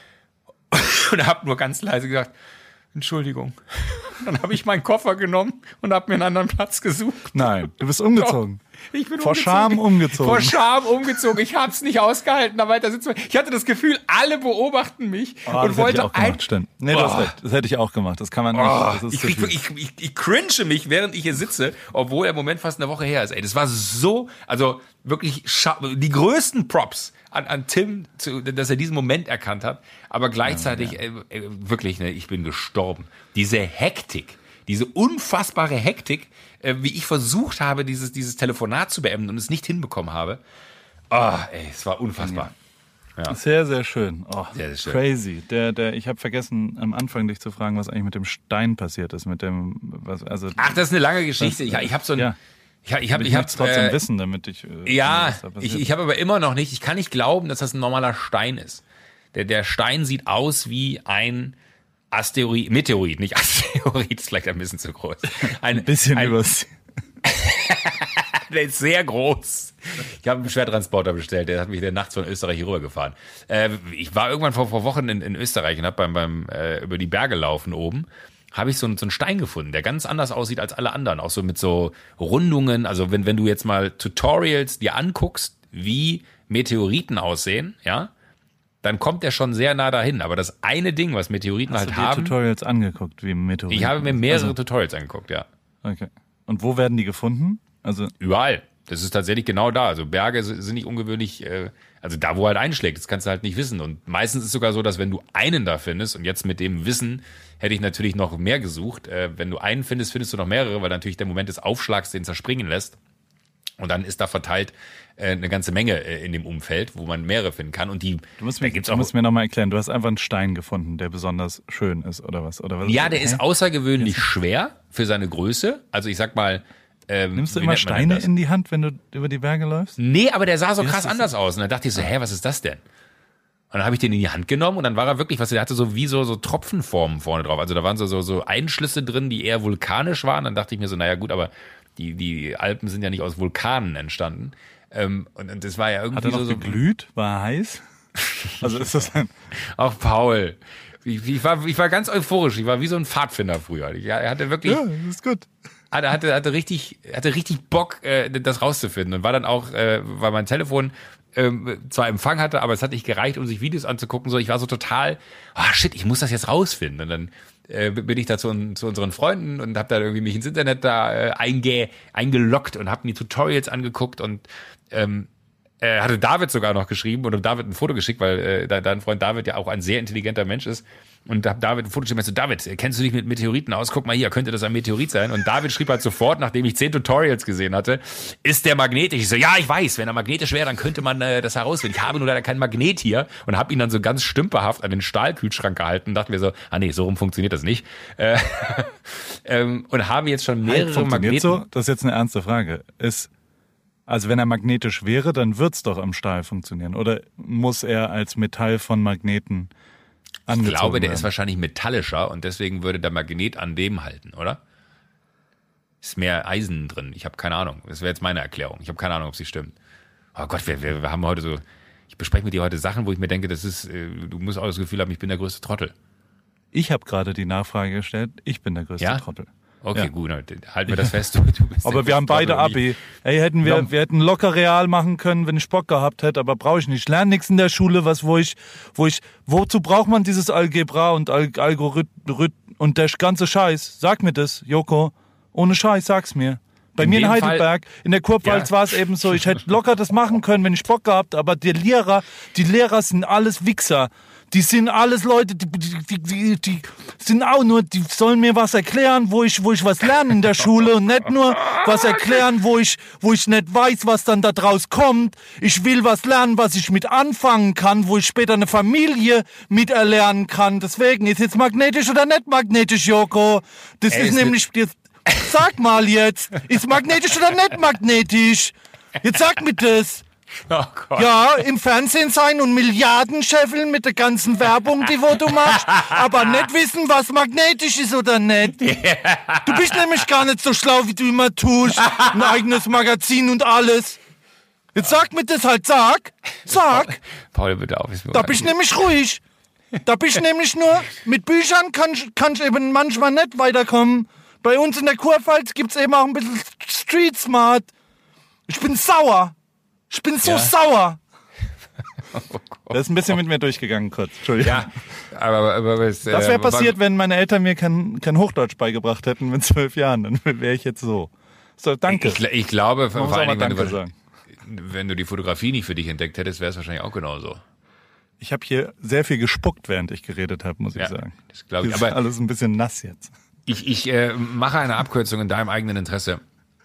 Und habe nur ganz leise gesagt, Entschuldigung. Dann habe ich meinen Koffer genommen und habe mir einen anderen Platz gesucht. Nein, du bist umgezogen. Doch, ich bin Vor umgezogen. Scham umgezogen. Vor Scham umgezogen. Ich habe es nicht ausgehalten, da weiter sitzen. Ich hatte das Gefühl, alle beobachten mich oh, und das wollte hätte ich auch ein... gemacht, stimmt. Nee, du oh. hast recht. Das hätte ich auch gemacht. Das kann man nicht. Oh. Das ist ich, ich, ich, ich, ich cringe mich, während ich hier sitze, obwohl der Moment fast eine Woche her ist. Ey, das war so, also wirklich die größten Props an, an Tim, zu, dass er diesen Moment erkannt hat. Aber gleichzeitig, ja, ja. Äh, äh, wirklich, ne, ich bin gestorben. Diese Hektik, diese unfassbare Hektik, äh, wie ich versucht habe, dieses, dieses Telefonat zu beenden und es nicht hinbekommen habe. Oh, ey, es war unfassbar. Ja. Sehr, sehr schön. Oh, sehr, sehr schön. Crazy. Der, der, ich habe vergessen, am Anfang dich zu fragen, was eigentlich mit dem Stein passiert ist. Mit dem, was, also, Ach, das ist eine lange Geschichte. Das, ich ich habe so ein... Ja. Ich, ich habe ich ich hab, trotzdem äh, wissen, damit ich... Äh, ja, ich, ich habe aber immer noch nicht... Ich kann nicht glauben, dass das ein normaler Stein ist. Der, der Stein sieht aus wie ein Asteroid... Meteorid, nicht Asteroid, ist vielleicht ein bisschen zu groß. Ein, ein bisschen ein, übers... Der ist sehr groß. Ich habe einen Schwertransporter bestellt, der hat mich dann nachts von Österreich hier rübergefahren. Äh, ich war irgendwann vor, vor Wochen in, in Österreich und habe beim, beim äh, über die Berge laufen oben, habe ich so, so einen Stein gefunden, der ganz anders aussieht als alle anderen. Auch so mit so Rundungen. Also wenn, wenn du jetzt mal Tutorials dir anguckst, wie Meteoriten aussehen, ja, dann kommt der schon sehr nah dahin. Aber das eine Ding, was Meteoriten Hast halt du dir haben... Tutorials angeguckt, wie Meteoriten? Ich habe mir mehrere also, Tutorials angeguckt, ja. Okay. Und wo werden die gefunden? Also überall. Das ist tatsächlich genau da. Also Berge sind nicht ungewöhnlich, äh, also da, wo halt einschlägt, das kannst du halt nicht wissen. Und meistens ist es sogar so, dass wenn du einen da findest, und jetzt mit dem Wissen hätte ich natürlich noch mehr gesucht, äh, wenn du einen findest, findest du noch mehrere, weil natürlich der Moment des Aufschlags den zerspringen lässt. Und dann ist da verteilt äh, eine ganze Menge äh, in dem Umfeld, wo man mehrere finden kann. Und die, du musst mir, da gibt's auch, du musst mir nochmal erklären, du hast einfach einen Stein gefunden, der besonders schön ist, oder was? Oder was ja, der hä? ist außergewöhnlich schwer für seine Größe. Also ich sag mal, Ähm, Nimmst du immer Steine in die Hand, wenn du über die Berge läufst? Nee, aber der sah so krass anders aus. Und dann dachte ich so, hä, was ist das denn? Und dann habe ich den in die Hand genommen und dann war er wirklich, was er hatte, so wie so, so Tropfenformen vorne drauf. Also da waren so, so, so Einschlüsse drin, die eher vulkanisch waren. Dann dachte ich mir so, naja gut, aber die, die Alpen sind ja nicht aus Vulkanen entstanden. Ähm, und, und das war ja irgendwie Hat er noch so. geglüht? War er heiß? Also ist das ein. Auch Paul. Ich, ich, war, ich war ganz euphorisch. Ich war wie so ein Pfadfinder früher. Ich, er hatte wirklich. Ja, das ist gut. Hatte, hatte, hatte richtig, hatte richtig Bock, äh, das rauszufinden. Und war dann auch, äh, weil mein Telefon ähm, zwar Empfang hatte, aber es hat nicht gereicht, um sich Videos anzugucken. So, ich war so total, ah oh shit, ich muss das jetzt rausfinden. Und dann äh, bin ich da zu, zu unseren Freunden und habe da irgendwie mich ins Internet da äh, einge, eingeloggt und habe mir Tutorials angeguckt und ähm, äh, hatte David sogar noch geschrieben oder David ein Foto geschickt, weil äh, dein Freund David ja auch ein sehr intelligenter Mensch ist. Und hab David ein Foto geschrieben, so, David, kennst du dich mit Meteoriten aus? Guck mal hier, könnte das ein Meteorit sein? Und David schrieb halt sofort, nachdem ich zehn Tutorials gesehen hatte, ist der magnetisch? Ich so, ja, ich weiß, wenn er magnetisch wäre, dann könnte man äh, das herausfinden. Ich habe nur leider kein Magnet hier und habe ihn dann so ganz stümperhaft an den Stahlkühlschrank gehalten und dachte mir so, ah nee, so rum funktioniert das nicht. Äh, ähm, und habe jetzt schon mehrere halt, Magneten. So? Das ist jetzt eine ernste Frage. Ist, also wenn er magnetisch wäre, dann wird's doch am Stahl funktionieren. Oder muss er als Metall von Magneten Ich glaube, der werden. ist wahrscheinlich metallischer und deswegen würde der Magnet an dem halten, oder? Ist mehr Eisen drin. Ich habe keine Ahnung. Das wäre jetzt meine Erklärung. Ich habe keine Ahnung, ob sie stimmt. Oh Gott, wir, wir, wir haben heute so. Ich bespreche mit dir heute Sachen, wo ich mir denke, das ist. Du musst auch das Gefühl haben, ich bin der größte Trottel. Ich habe gerade die Nachfrage gestellt. Ich bin der größte ja? Trottel. Okay, ja. gut, halten wir das fest. Du, du bist aber wir haben beide Abi. Ey, hätten wir, wir hätten locker real machen können, wenn ich Bock gehabt hätte, aber brauche ich nicht. Ich lerne nichts in der Schule, was wo ich, wo ich, wozu braucht man dieses Algebra und Al- Algorithmus und der ganze Scheiß? Sag mir das, Joko. Ohne Scheiß, sag's mir. Bei in mir in Heidelberg, Fall, in der Kurpfalz ja. war es eben so, ich hätte locker das machen können, wenn ich Bock gehabt, aber die Lehrer, die Lehrer sind alles Wichser. Die sind alles Leute, die, die, die, die sind auch nur, die sollen mir was erklären, wo ich, wo ich was lerne in der Schule und nicht nur was erklären, wo ich, wo ich nicht weiß, was dann da draus kommt. Ich will was lernen, was ich mit anfangen kann, wo ich später eine Familie mit erlernen kann. Deswegen ist jetzt magnetisch oder nicht magnetisch, Joko? Das Ey, ist nämlich, jetzt, sag mal jetzt, ist magnetisch oder nicht magnetisch? Jetzt sag mir das. Oh Gott. Ja, im Fernsehen sein und Milliarden scheffeln mit der ganzen Werbung, die wo du machst, aber nicht wissen, was magnetisch ist oder nicht. Yeah. Du bist nämlich gar nicht so schlau, wie du immer tust. Ein eigenes Magazin und alles. Jetzt sag mir das halt, sag. Sag. Paul, bitte auf. Da bist ich nämlich ruhig. Da bist ich nämlich nur, mit Büchern kannst kann ich eben manchmal nicht weiterkommen. Bei uns in der Kurpfalz gibt's eben auch ein bisschen Street Smart. Ich bin sauer. Ich bin so ja. sauer. Oh das ist ein bisschen mit mir durchgegangen kurz. Entschuldigung. Ja, aber, aber, aber es, das wäre äh, passiert, wenn meine Eltern mir kein, kein Hochdeutsch beigebracht hätten mit zwölf Jahren. Dann wäre ich jetzt so. So, danke. Ich, ich glaube, vor allem, wenn du, wenn du die Fotografie nicht für dich entdeckt hättest, wäre es wahrscheinlich auch genauso. Ich habe hier sehr viel gespuckt, während ich geredet habe, muss ich ja, sagen. Das glaube ich. Das ist aber alles ein bisschen nass jetzt. Ich, ich äh, mache eine Abkürzung in deinem eigenen Interesse.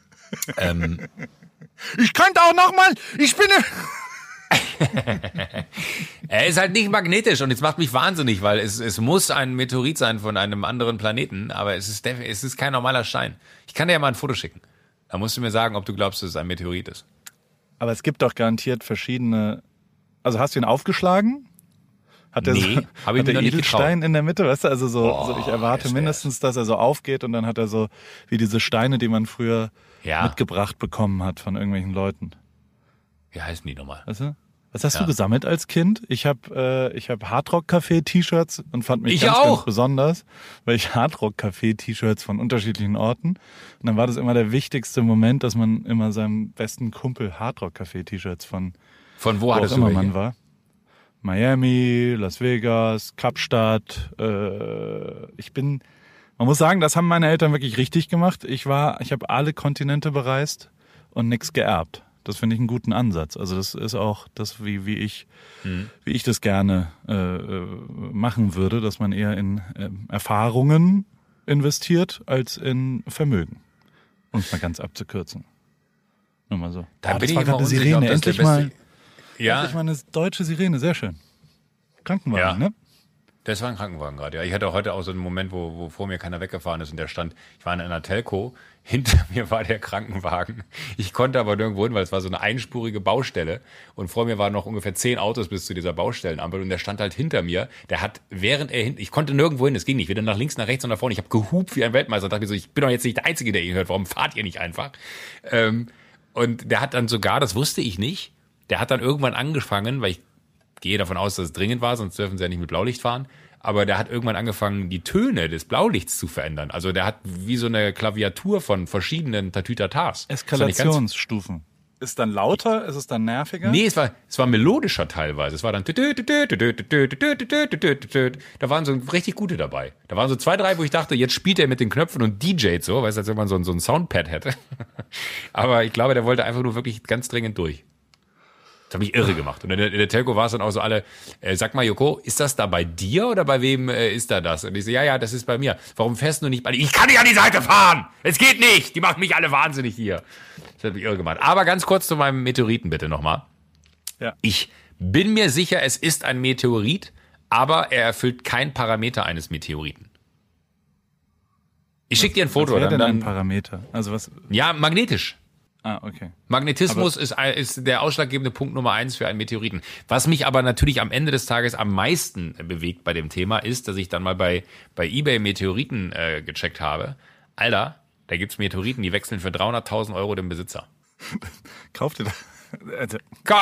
ähm, Ich könnte auch noch mal, ich bin... Er ist halt nicht magnetisch und es macht mich wahnsinnig, weil es, es muss ein Meteorit sein von einem anderen Planeten, aber es ist, es ist kein normaler Stein. Ich kann dir ja mal ein Foto schicken. Da musst du mir sagen, ob du glaubst, dass es ein Meteorit ist. Aber es gibt doch garantiert verschiedene... Also hast du ihn aufgeschlagen? Hat der, nee, so, hab ich hat der noch nicht Edelstein getraut. in der Mitte? Weißt du, also so, oh, so ich erwarte mindestens, dass er so aufgeht und dann hat er so wie diese Steine, die man früher ja. mitgebracht bekommen hat von irgendwelchen Leuten. Wie heißen die nochmal? Weißt du? Was hast ja. du gesammelt als Kind? Ich habe äh, ich hab Hardrock-Café-T-Shirts und fand mich ich ganz, auch. ganz besonders, weil ich Hardrock-Café-T-Shirts von unterschiedlichen Orten. Und dann war das immer der wichtigste Moment, dass man immer seinem besten Kumpel Hardrock-Café-T-Shirts von von wo, wo hattest auch du immer welche? man war. Miami, Las Vegas, Kapstadt. Äh, ich bin, man muss sagen, das haben meine Eltern wirklich richtig gemacht. Ich war, ich habe alle Kontinente bereist und nichts geerbt. Das finde ich einen guten Ansatz. Also das ist auch das, wie wie ich mhm. wie ich das gerne äh, machen würde, dass man eher in äh, Erfahrungen investiert als in Vermögen, um es mal ganz abzukürzen. Nur mal so. Da oh, bin das ich war gerade eine Sirene. Ob Endlich mal. Ja. Endlich mal eine deutsche Sirene. Sehr schön. Krankenwagen, ja. ne? Das war ein Krankenwagen gerade, ja. Ich hatte heute auch so einen Moment, wo, wo vor mir keiner weggefahren ist und der stand, ich war in einer Telco, hinter mir war der Krankenwagen. Ich konnte aber nirgendwo hin, weil es war so eine einspurige Baustelle und vor mir waren noch ungefähr zehn Autos bis zu dieser Baustellenampel und der stand halt hinter mir. Der hat, während er hin, ich konnte nirgendwo hin, es ging nicht, weder nach links, nach rechts und nach vorne. Ich habe gehupt wie ein Weltmeister, dachte mir so, ich bin doch jetzt nicht der Einzige, der ihn hört, warum fahrt ihr nicht einfach? Ähm, und der hat dann sogar, das wusste ich nicht, der hat dann irgendwann angefangen, weil ich gehe davon aus, dass es dringend war, sonst dürfen sie ja nicht mit Blaulicht fahren. Aber der hat irgendwann angefangen, die Töne des Blaulichts zu verändern. Also der hat wie so eine Klaviatur von verschiedenen Tatütatas. Eskalationsstufen. Ist dann lauter? Ist es dann nerviger? Nee, es war, es war melodischer teilweise. Es war dann da waren so richtig gute dabei. Da waren so zwei, drei, wo ich dachte, jetzt spielt er mit den Knöpfen und D Jt so, weißt du, als wenn man so ein, so ein Soundpad hätte. Aber ich glaube, der wollte einfach nur wirklich ganz dringend durch. Das hat mich irre gemacht. Und in der, in der Telco war es dann auch so alle, äh, sag mal, Joko, ist das da bei dir oder bei wem äh, ist da das? Und ich so, ja, ja, das ist bei mir. Warum fährst du nicht bei dir? Ich kann nicht an die Seite fahren! Es geht nicht! Die machen mich alle wahnsinnig hier. Das hat mich irre gemacht. Aber ganz kurz zu meinem Meteoriten bitte nochmal. Ja. Ich bin mir sicher, es ist ein Meteorit, aber er erfüllt kein Parameter eines Meteoriten. Ich schicke dir ein Foto. Was wäre denn dann, ein Parameter? Also was? Ja, magnetisch. Ah, okay. Magnetismus ist, ist der ausschlaggebende Punkt Nummer eins für einen Meteoriten. Was mich aber natürlich am Ende des Tages am meisten bewegt bei dem Thema ist, dass ich dann mal bei, bei eBay Meteoriten äh, gecheckt habe. Alter, da gibt's Meteoriten, die wechseln für dreihunderttausend Euro den Besitzer. Kauft ihr das? Also.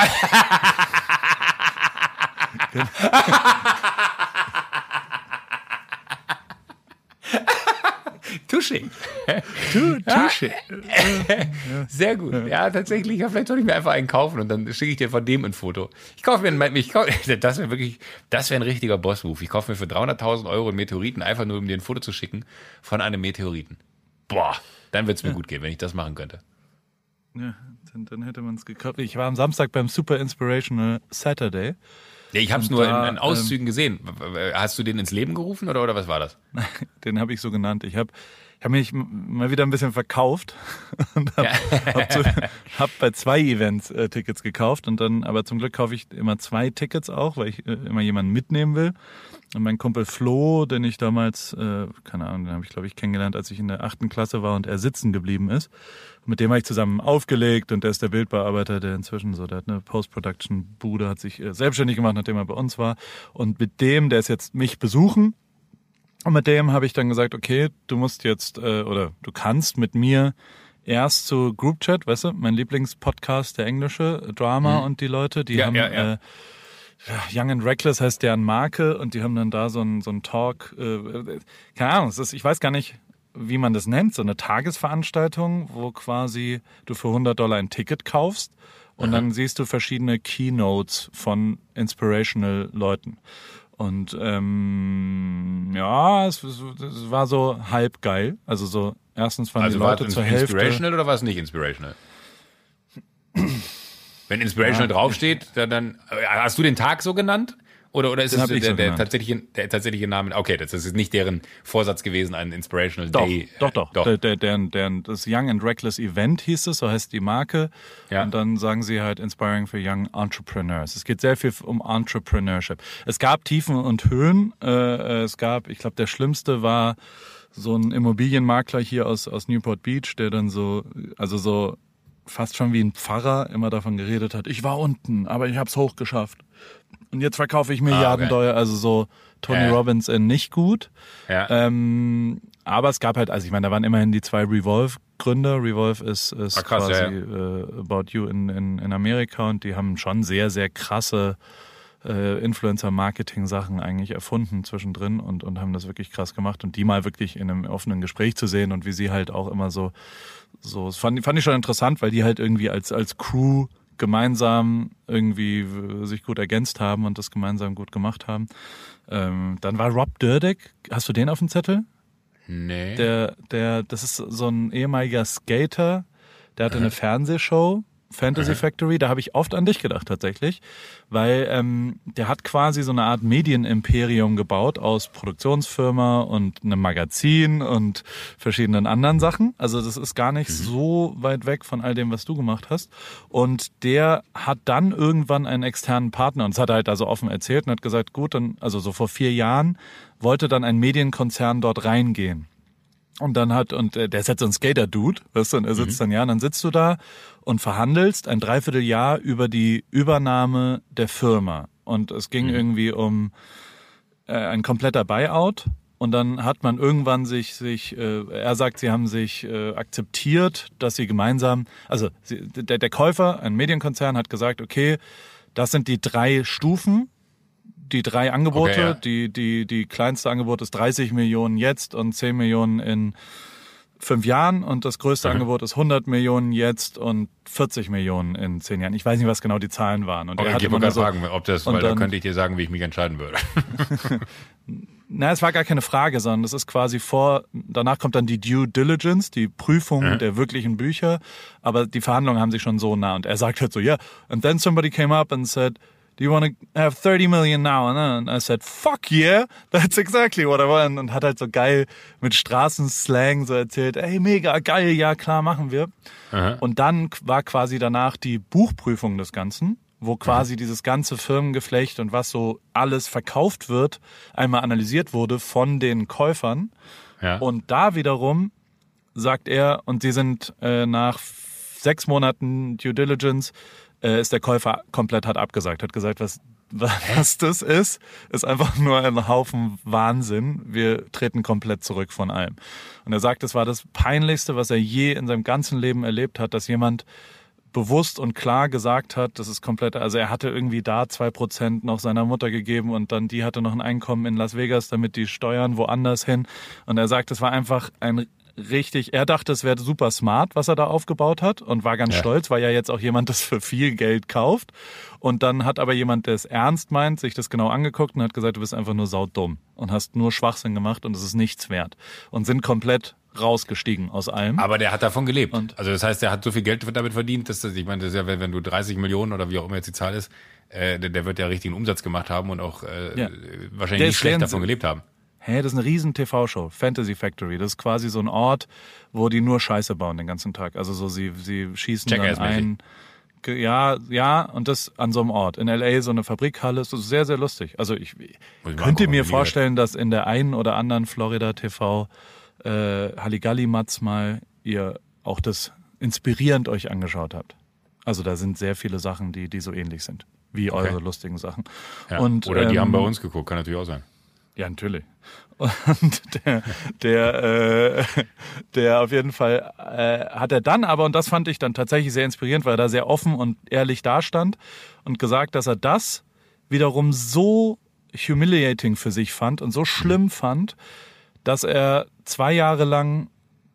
Touché. Touché. Sehr gut. Ja, tatsächlich. Ja, vielleicht soll ich mir einfach einen kaufen und dann schicke ich dir von dem ein Foto. Ich kaufe mir einen, ich kaufe, das wäre wirklich, das wäre ein richtiger Boss-Move. Ich kaufe mir für dreihunderttausend Euro einen Meteoriten, einfach nur um dir ein Foto zu schicken von einem Meteoriten. Boah, dann wird's mir ja. gut gehen, wenn ich das machen könnte. Ja, dann, dann hätte man es gekauft. Ich war am Samstag beim Super Inspirational Saturday. Ja, ich habe es nur da, in, in Auszügen ähm, gesehen. Hast du den ins Leben gerufen oder, oder was war das? Den habe ich so genannt. Ich habe ich hab mich mal wieder ein bisschen verkauft und habe ja. hab so, hab bei zwei Events äh, Tickets gekauft und dann, aber zum Glück kaufe ich immer zwei Tickets auch, weil ich äh, immer jemanden mitnehmen will. Und mein Kumpel Flo, den ich damals, äh, keine Ahnung, den habe ich glaube ich kennengelernt, als ich in der achten Klasse war und er sitzen geblieben ist. Mit dem habe ich zusammen aufgelegt und der ist der Bildbearbeiter, der inzwischen so, der hat eine Post-Production-Bude, hat sich äh, selbstständig gemacht, nachdem er bei uns war. Und mit dem, der ist jetzt mich besuchen. Und mit dem habe ich dann gesagt, okay, du musst jetzt, äh, oder du kannst mit mir erst zu Group Chat, weißt du, mein Lieblingspodcast, der englische, Drama mhm. und die Leute, die ja, haben... Ja, ja. Äh, Young and Reckless heißt deren Marke und die haben dann da so einen so einen Talk, äh, keine Ahnung, es ist, ich weiß gar nicht, wie man das nennt, so eine Tagesveranstaltung, wo quasi du für hundert Dollar ein Ticket kaufst und mhm. dann siehst du verschiedene Keynotes von inspirational Leuten. Und ähm, ja, es, es war so halb geil. Also so erstens waren also die Leute war es zur Hälfte. Inspirational oder war es nicht inspirational? Wenn Inspirational ja, draufsteht, dann, dann hast du den Tag so genannt? Oder, oder ist es der, so der, tatsächliche, der tatsächliche Name? Okay, das ist nicht deren Vorsatz gewesen, ein Inspirational doch, Day. Doch, doch, doch. Der, der, der, der, das Young and Reckless Event hieß es, so heißt die Marke. Ja. Und dann sagen sie halt Inspiring for Young Entrepreneurs. Es geht sehr viel um Entrepreneurship. Es gab Tiefen und Höhen. Äh, es gab, ich glaube, der schlimmste war so ein Immobilienmakler hier aus, aus Newport Beach, der dann so, also so, fast schon wie ein Pfarrer immer davon geredet hat, ich war unten, aber ich hab's hochgeschafft. Und jetzt verkaufe ich Milliarden Dollar, also so Tony äh. Robbins in nicht gut. Ja. Ähm, aber es gab halt, also ich meine, da waren immerhin die zwei Revolve-Gründer. Revolve ist, ist ah, krass, quasi ja, ja. Uh, About You in, in, in Amerika und die haben schon sehr, sehr krasse äh, Influencer-Marketing-Sachen eigentlich erfunden zwischendrin und, und haben das wirklich krass gemacht. Und die mal wirklich in einem offenen Gespräch zu sehen und wie sie halt auch immer so So, das fand, fand ich schon interessant, weil die halt irgendwie als, als Crew gemeinsam irgendwie sich gut ergänzt haben und das gemeinsam gut gemacht haben. Ähm, dann war Rob Dyrdek, hast du den auf dem Zettel? Nee. Der, der, das ist so ein ehemaliger Skater, der hatte Aha. eine Fernsehshow Fantasy mhm. Factory, da habe ich oft an dich gedacht tatsächlich, weil ähm, der hat quasi so eine Art Medienimperium gebaut aus Produktionsfirma und einem Magazin und verschiedenen anderen Sachen. Also das ist gar nicht mhm. so weit weg von all dem, was du gemacht hast. Und der hat dann irgendwann einen externen Partner, und das hat er halt also offen erzählt und hat gesagt, gut, dann, also so vor vier Jahren wollte dann ein Medienkonzern dort reingehen. Und dann hat, und der ist jetzt so ein Skater-Dude, weißt du, und er sitzt mhm. dann, ja, und dann sitzt du da und verhandelst ein Dreivierteljahr über die Übernahme der Firma. Und es ging mhm. irgendwie um äh, ein kompletter Buyout. Und dann hat man irgendwann sich, sich äh, er sagt, sie haben sich äh, akzeptiert, dass sie gemeinsam, also sie, der, der Käufer, ein Medienkonzern, hat gesagt, okay, das sind die drei Stufen, die drei Angebote, okay, ja. die, die, die kleinste Angebot ist dreißig Millionen jetzt und zehn Millionen in fünf Jahren und das größte mhm. Angebot ist hundert Millionen jetzt und vierzig Millionen in zehn Jahren. Ich weiß nicht, was genau die Zahlen waren. Und okay, er hat ich wollte gerade so, fragen, ob das, weil dann, da könnte ich dir sagen, wie ich mich entscheiden würde. Na, es war gar keine Frage, sondern das ist quasi vor, danach kommt dann die Due Diligence, die Prüfung mhm. der wirklichen Bücher, aber die Verhandlungen haben sich schon so nah und er sagt halt so, yeah, and then somebody came up and said, do you want to have thirty million now? And I said, fuck yeah, that's exactly what I want. Und hat halt so geil mit Straßenslang so erzählt, ey, mega geil, ja klar, machen wir. Aha. Und dann war quasi danach die Buchprüfung des Ganzen, wo quasi Aha. dieses ganze Firmengeflecht und was so alles verkauft wird, einmal analysiert wurde von den Käufern. Ja. Und da wiederum sagt er, und sie sind äh, nach sechs Monaten Due Diligence, ist der Käufer komplett hat abgesagt, hat gesagt, was, was das ist, ist einfach nur ein Haufen Wahnsinn. Wir treten komplett zurück von allem. Und er sagt, es war das Peinlichste, was er je in seinem ganzen Leben erlebt hat, dass jemand bewusst und klar gesagt hat, das ist komplett, also er hatte irgendwie da zwei Prozent noch seiner Mutter gegeben und dann die hatte noch ein Einkommen in Las Vegas, damit die steuern woanders hin. Und er sagt, es war einfach ein richtig, er dachte, es wäre super smart, was er da aufgebaut hat und war ganz ja. stolz, weil ja jetzt auch jemand das für viel Geld kauft. Und dann hat aber jemand, der es ernst meint, sich das genau angeguckt und hat gesagt, du bist einfach nur saudumm und hast nur Schwachsinn gemacht und es ist nichts wert. Und sind komplett rausgestiegen aus allem. Aber der hat davon gelebt. Und also das heißt, der hat so viel Geld damit verdient, dass das, ich meine, das ist ja, wenn, wenn du dreißig Millionen oder wie auch immer jetzt die Zahl ist, äh, der, der wird ja richtigen Umsatz gemacht haben und auch äh, ja. wahrscheinlich der nicht schlecht davon gelebt haben. Hey, das ist eine riesen T V-Show, Fantasy Factory. Das ist quasi so ein Ort, wo die nur Scheiße bauen den ganzen Tag. Also so sie sie schießen dann ein. Ja, ja, und das an so einem Ort. In L A so eine Fabrikhalle, das ist sehr, sehr lustig. Also ich, ich könnte mir vorstellen, dass in der einen oder anderen Florida T V äh, Halligalli-Matz mal ihr auch das inspirierend euch angeschaut habt. Also da sind sehr viele Sachen, die die so ähnlich sind, wie okay. eure lustigen Sachen. Ja, und, oder die ähm, haben bei uns geguckt, kann natürlich auch sein. Ja, natürlich. Und der, der, äh, der auf jeden Fall äh, hat er dann aber, und das fand ich dann tatsächlich sehr inspirierend, weil er da sehr offen und ehrlich dastand und gesagt, dass er das wiederum so humiliating für sich fand und so schlimm fand, dass er zwei Jahre lang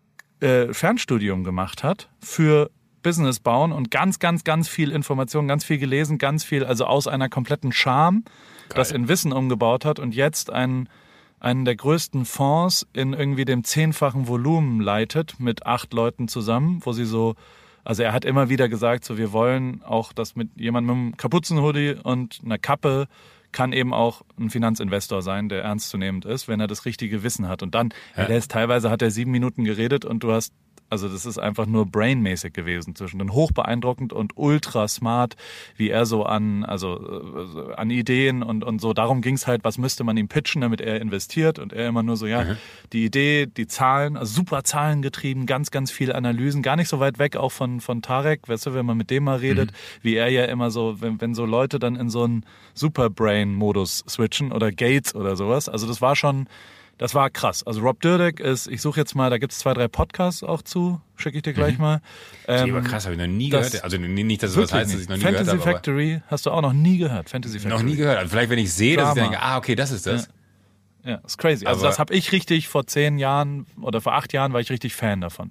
äh, Fernstudium gemacht hat für Business bauen und ganz, ganz, ganz viel Information, ganz viel gelesen, ganz viel, also aus einer kompletten Scham, Geil. Das in Wissen umgebaut hat und jetzt einen, einen der größten Fonds in irgendwie dem zehnfachen Volumen leitet mit acht Leuten zusammen, wo sie so, also er hat immer wieder gesagt, so wir wollen auch, dass mit jemandem mit einem Kapuzenhoodie und einer Kappe kann eben auch ein Finanzinvestor sein, der ernstzunehmend ist, wenn er das richtige Wissen hat. Und dann, ja. er ist, teilweise hat er sieben Minuten geredet und du hast, also das ist einfach nur brainmäßig gewesen zwischen den hochbeeindruckend und ultra smart, wie er so an, also an Ideen und und so. Darum ging's halt, was müsste man ihm pitchen, damit er investiert und er immer nur so, ja, mhm. die Idee, die Zahlen, also super Zahlen getrieben, ganz, ganz viel Analysen, gar nicht so weit weg auch von von Tarek, weißt du, wenn man mit dem mal redet, mhm. wie er ja immer so, wenn, wenn so Leute dann in so einen Superbrain-Modus switchen oder Gates oder sowas. Also das war schon, das war krass. Also Rob Dyrdek ist, ich suche jetzt mal, da gibt es zwei, drei Podcasts auch zu, schicke ich dir gleich mhm. mal. Ähm, aber krass, habe ich noch nie das, gehört. Also nicht, dass es was heißt, dass ich noch nie Fantasy gehört habe. Fantasy Factory hast du auch noch nie gehört. Fantasy Factory. Noch nie gehört. Also vielleicht, wenn ich sehe, dass ich denke, ah, okay, das ist das. Ja, ja ist crazy. Also aber das habe ich richtig vor zehn Jahren oder vor acht Jahren war ich richtig Fan davon.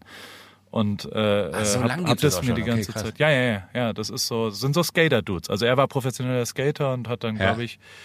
Und äh, Ach, so hab, hab das mir die ganze okay, Zeit. Ja, ja, ja, ja. Das ist so, das sind so Skater-Dudes. Also er war professioneller Skater und hat dann, ja. glaube ich,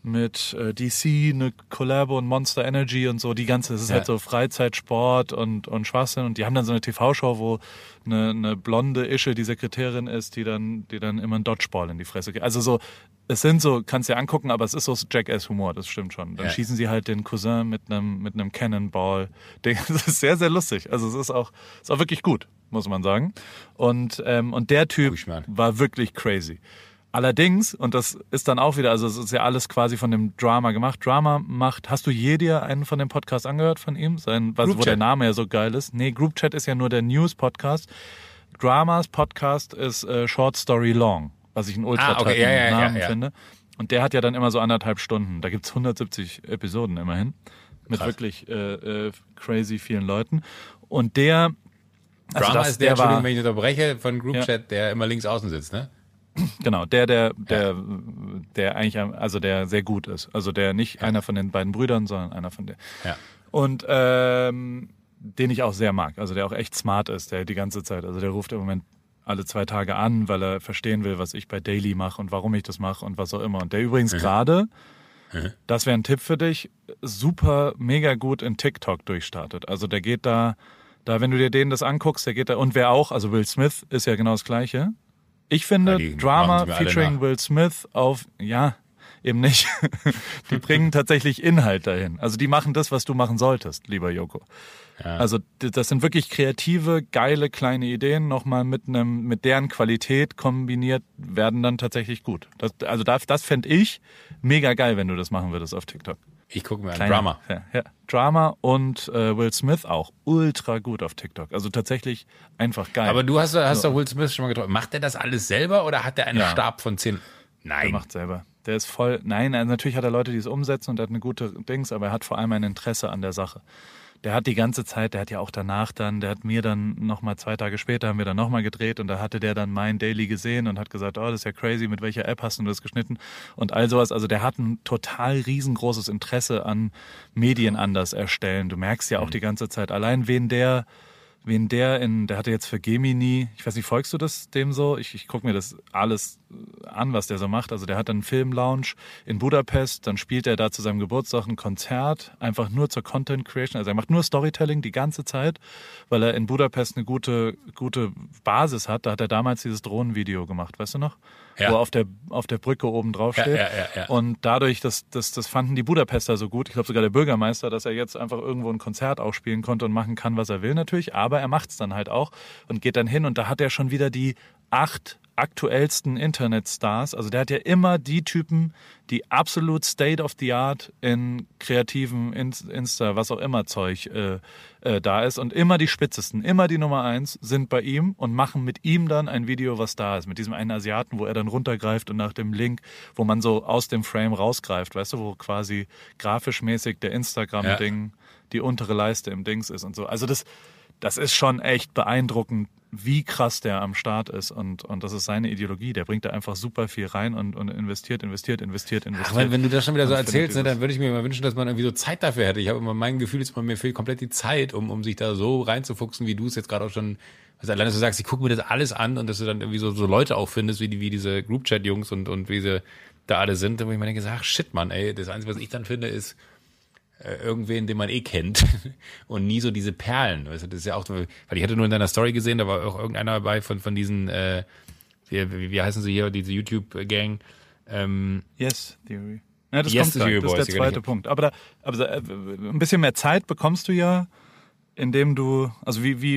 mit äh, D C eine Collabo und Monster Energy und so, die ganze, das ist ja. halt so Freizeitsport und, und Schwachsinn und die haben dann so eine T V-Show, wo eine, eine blonde Ische die Sekretärin ist, die dann, die dann immer einen Dodgeball in die Fresse geht. Also so, es sind so, kannst dir angucken, aber es ist so Jackass-Humor, das stimmt schon. Dann ja. schießen sie halt den Cousin mit einem, mit einem Cannonball. Das ist sehr, sehr lustig. Also es ist auch, ist auch wirklich gut, muss man sagen. Und, ähm, und der Typ war wirklich crazy. Allerdings, und das ist dann auch wieder, also es ist ja alles quasi von dem Drama gemacht. Drama macht, hast du je dir einen von dem Podcast angehört von ihm? Sein, was, wo der Name ja so geil ist? Nee, Group Chat ist ja nur der News-Podcast. Dramas Podcast ist äh, Short Story Long, was ich einen ultra ah, okay. ja, ja, Namen ja, ja. finde. Und der hat ja dann immer so anderthalb Stunden. Da gibt's hundertsiebzig Episoden immerhin. Mit Krass. wirklich äh, äh, crazy vielen Leuten. Und der... Also Drama das, ist der, der Entschuldigung, wenn ich unterbreche, von Group Chat, ja. der immer links außen sitzt, ne? Genau, der, der, der, ja. der eigentlich, also der sehr gut ist. Also der nicht ja. einer von den beiden Brüdern, sondern einer von der. Ja. Und ähm, den ich auch sehr mag. Also der auch echt smart ist, der die ganze Zeit. Also der ruft im Moment alle zwei Tage an, weil er verstehen will, was ich bei Daily mache und warum ich das mache und was auch immer. Und der übrigens mhm. gerade, mhm. das wäre ein Tipp für dich, super, mega gut in TikTok durchstartet. Also der geht da, da, wenn du dir den das anguckst, der geht da, und wer auch, also Will Smith ist ja genau das Gleiche. Ich finde, ja, Drama featuring Will Smith auf, ja, eben nicht. Die bringen tatsächlich Inhalt dahin. Also die machen das, was du machen solltest, lieber Joko. Ja. Also das sind wirklich kreative, geile, kleine Ideen, nochmal mit einem, mit deren Qualität kombiniert, werden dann tatsächlich gut. Das, also das, das fände ich mega geil, wenn du das machen würdest auf TikTok. Ich gucke mir an. Drama. Ja, ja. Drama und äh, Will Smith auch ultra gut auf TikTok. Also tatsächlich einfach geil. Aber du hast, hast so. doch Will Smith schon mal getroffen. Macht der das alles selber oder hat der einen ja. Stab von zehn? Nein. Der macht selber. Der ist voll, nein, also natürlich hat er Leute, die es umsetzen und er hat eine gute Dings, aber er hat vor allem ein Interesse an der Sache. Der hat die ganze Zeit, der hat ja auch danach dann, der hat mir dann nochmal zwei Tage später, haben wir dann nochmal gedreht und da hatte der dann mein Daily gesehen und hat gesagt, oh, das ist ja crazy, mit welcher App hast du das geschnitten und all sowas. Also der hat ein total riesengroßes Interesse an Medien anders erstellen. Du merkst ja auch die ganze Zeit, allein wen der, wen der in, der hatte jetzt für Gemini, ich weiß nicht, folgst du das dem so? Ich, ich gucke mir das alles an, was der so macht. Also der hat einen Film-Lounge in Budapest, dann spielt er da zu seinem Geburtstag ein Konzert, einfach nur zur Content Creation. Also er macht nur Storytelling die ganze Zeit, weil er in Budapest eine gute, gute Basis hat. Da hat er damals dieses Drohnenvideo gemacht, weißt du noch? Ja. Wo er auf der, auf der Brücke oben drauf steht. Ja, ja, ja, ja. Und dadurch, das, das, das fanden die Budapester so gut, ich glaube sogar der Bürgermeister, dass er jetzt einfach irgendwo ein Konzert auch spielen konnte und machen kann, was er will natürlich. Aber er macht es dann halt auch und geht dann hin und da hat er schon wieder die acht aktuellsten Internetstars. Also der hat ja immer die Typen, die absolut state of the art in kreativen Insta, was auch immer Zeug äh, äh, da ist und immer die spitzesten, immer die Nummer eins sind bei ihm und machen mit ihm dann ein Video, was da ist. Mit diesem einen Asiaten, wo er dann runtergreift und nach dem Link, wo man so aus dem Frame rausgreift, weißt du, wo quasi grafisch mäßig der Instagram-Ding, ja. die untere Leiste im Dings ist und so. Also das, das ist schon echt beeindruckend, wie krass der am Start ist und, und das ist seine Ideologie. Der bringt da einfach super viel rein und, und investiert, investiert, investiert, investiert. Ach, weil wenn du das schon wieder so erzählst, ne, dann würde ich mir immer wünschen, dass man irgendwie so Zeit dafür hätte. Ich habe immer mein Gefühl, dass man mir fehlt komplett die Zeit, um, um sich da so reinzufuchsen, wie du es jetzt gerade auch schon, also alleine, dass du sagst, ich gucke mir das alles an und dass du dann irgendwie so, so Leute auch findest, wie die, wie diese Group-Chat-Jungs und, und wie sie da alle sind, wo ich mir denke, ach shit, Mann, ey, das Einzige, was ich dann finde, ist, irgendwen, den man eh kennt und nie so diese Perlen. Weißt du, das ist ja auch, weil ich hatte nur in deiner Story gesehen, da war auch irgendeiner dabei von von diesen, äh, wie, wie heißen sie hier, diese YouTube-Gang? Ähm, yes Theory. Ja, das yes kommt gleich. Das ist der zweite Punkt. Aber da, aber äh, ein bisschen mehr Zeit bekommst du ja, indem du, also wie wie,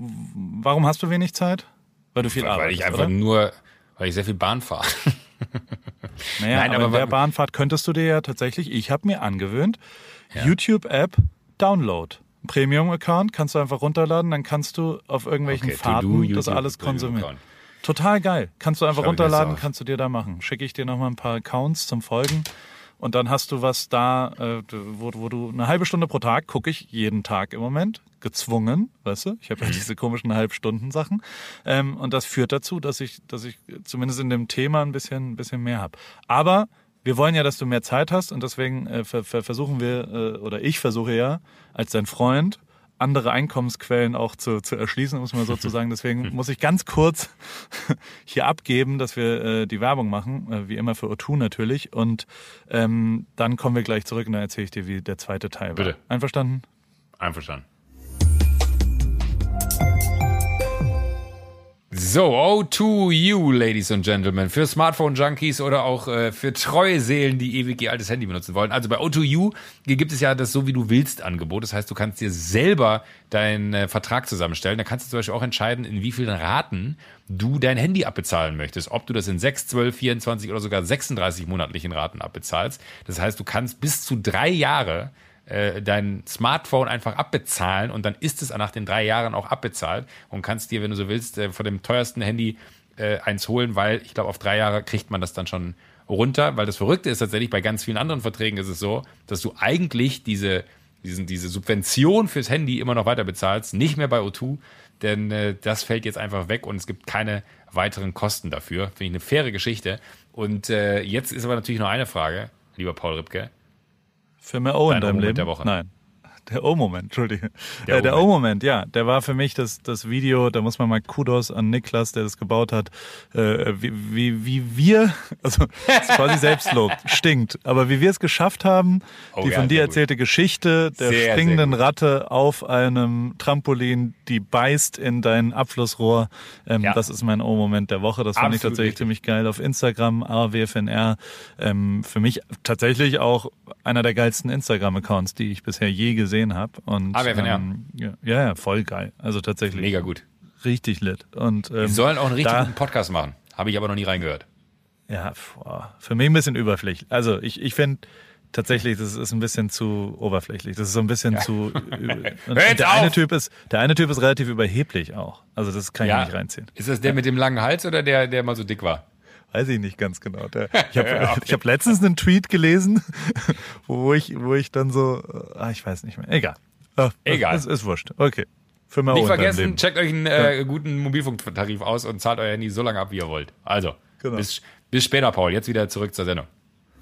warum hast du wenig Zeit? Weil du viel weil arbeitest. Weil ich einfach oder? nur, weil ich sehr viel Bahn fahre. Naja, Nein, aber, aber in der Bahnfahrt könntest du dir ja tatsächlich, ich habe mir angewöhnt, ja. YouTube-App Download. Premium-Account kannst du einfach runterladen, dann kannst du auf irgendwelchen okay, Fahrten do, das alles konsumieren. Total geil. Kannst du einfach runterladen, kannst du dir da machen. Schicke ich dir nochmal ein paar Accounts zum Folgen und dann hast du was da, äh, wo, wo du eine halbe Stunde pro Tag, gucke ich jeden Tag im Moment, gezwungen, weißt du, ich habe ja diese komischen Halbstunden-Sachen ähm, und das führt dazu, dass ich, dass ich zumindest in dem Thema ein bisschen, ein bisschen mehr habe. Aber wir wollen ja, dass du mehr Zeit hast und deswegen äh, ver- ver- versuchen wir, äh, oder ich versuche ja, als dein Freund, andere Einkommensquellen auch zu, zu erschließen, muss man sozusagen. Deswegen muss ich ganz kurz hier abgeben, dass wir äh, die Werbung machen, äh, wie immer für O zwei natürlich. Und ähm, dann kommen wir gleich zurück und dann erzähle ich dir, wie der zweite Teil war. Bitte. Einverstanden? Einverstanden. So, O zwei U, Ladies and Gentlemen, für Smartphone-Junkies oder auch äh, für treue Seelen, die ewig ihr altes Handy benutzen wollen. Also bei O zwei U gibt es ja das So-wie-du-willst-Angebot. Das heißt, du kannst dir selber deinen äh, Vertrag zusammenstellen. Da kannst du zum Beispiel auch entscheiden, in wie vielen Raten du dein Handy abbezahlen möchtest. Ob du das in sechs, zwölf, vierundzwanzig oder sogar sechsunddreißig monatlichen Raten abbezahlst. Das heißt, du kannst bis zu drei Jahre dein Smartphone einfach abbezahlen und dann ist es nach den drei Jahren auch abbezahlt und kannst dir, wenn du so willst, von dem teuersten Handy äh, eins holen, weil ich glaube, auf drei Jahre kriegt man das dann schon runter, weil das Verrückte ist tatsächlich, bei ganz vielen anderen Verträgen ist es so, dass du eigentlich diese, diesen, diese Subvention fürs Handy immer noch weiter bezahlst, nicht mehr bei O zwei, denn äh, das fällt jetzt einfach weg und es gibt keine weiteren Kosten dafür. Finde ich eine faire Geschichte. Und äh, jetzt ist aber natürlich noch eine Frage, lieber Paul Ripke. Für mehr O in deinem Leben? Der Woche. Nein. Der O-Moment, Entschuldige. Der, äh, der O-Moment, ja. Der war für mich das, das Video, da muss man mal Kudos an Niklas, der das gebaut hat, äh, wie, wie, wie wir, also das ist quasi Selbstlob, stinkt, aber wie wir es geschafft haben, oh, die ja, von dir erzählte gut. Geschichte der sehr, springenden sehr Ratte auf einem Trampolin, die beißt in dein Abflussrohr, ähm, ja. das ist mein O-Moment der Woche. Das fand Absolut ich tatsächlich richtig. ziemlich geil auf Instagram, A W F N R. Ähm, für mich tatsächlich auch einer der geilsten Instagram-Accounts, die ich bisher je gesehen habe. Und A W F N R. Ähm, ja, ja, voll geil. Also tatsächlich. Mega gut. Richtig lit. Und, ähm, die sollen auch einen richtig da, guten Podcast machen. Habe ich aber noch nie reingehört. Ja, boah, für mich ein bisschen überflüssig. Also ich, ich finde tatsächlich, das ist ein bisschen zu oberflächlich. Das ist so ein bisschen ja. zu. Und der auf. eine Typ ist, der eine Typ ist relativ überheblich auch. Also das kann ich ja. nicht reinziehen. Ist das der ja. mit dem langen Hals oder der, der mal so dick war? Weiß ich nicht ganz genau. Der, ich habe ja, ich hab letztens einen Tweet gelesen, wo ich, wo ich dann so, ah, ich weiß nicht mehr. Egal. Oh, Egal. Ist, ist wurscht. Okay. Für Nicht vergessen, checkt euch einen äh, guten Mobilfunktarif aus und zahlt euer Handy so lange ab, wie ihr wollt. Also, genau. bis, bis später, Paul. Jetzt wieder zurück zur Sendung.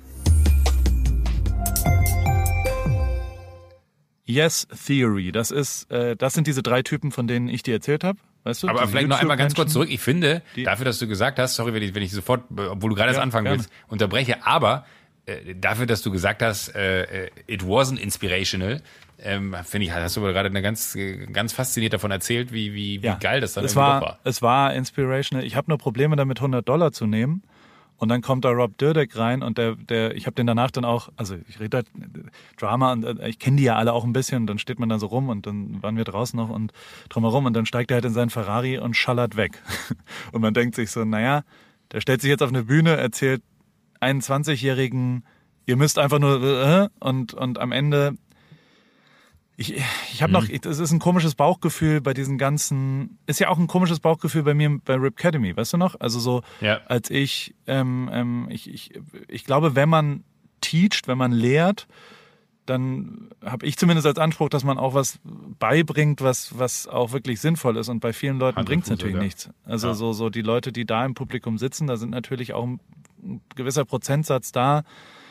Yes Theory. Das ist, äh, das sind diese drei Typen, von denen ich dir erzählt habe. Weißt du, aber vielleicht noch einmal ganz kurz zurück. Ich finde, dafür, dass du gesagt hast, sorry, wenn ich, wenn ich sofort, obwohl du gerade ja, erst anfangen gerne. willst, unterbreche, aber äh, dafür, dass du gesagt hast, äh, it wasn't inspirational, ähm, finde ich, hast du aber gerade eine ganz, ganz fasziniert davon erzählt, wie, wie, wie ja, geil das dann es irgendwie war, doch war. Es war inspirational. Ich habe nur Probleme damit, hundert Dollar zu nehmen. Und dann kommt da Rob Dyrdek rein und der, der, ich habe den danach dann auch, also ich rede da Drama und ich kenne die ja alle auch ein bisschen und dann steht man da so rum und dann waren wir draußen noch und drumherum und dann steigt er halt in seinen Ferrari und schallert weg. Und man denkt sich so, naja, der stellt sich jetzt auf eine Bühne, erzählt einundzwanzigjährigen, ihr müsst einfach nur äh, und, und am Ende Ich, ich habe noch, es ist ein komisches Bauchgefühl bei diesen ganzen, ist ja auch ein komisches Bauchgefühl bei mir bei Ripcademy, weißt du noch? Also so, ja. als ich, ähm, ähm, ich, ich, ich glaube, wenn man teacht, wenn man lehrt, dann habe ich zumindest als Anspruch, dass man auch was beibringt, was, was auch wirklich sinnvoll ist. Und bei vielen Leuten bringt es natürlich ja. nichts. Also ja. so, so die Leute, die da im Publikum sitzen, da sind natürlich auch ein, ein gewisser Prozentsatz da,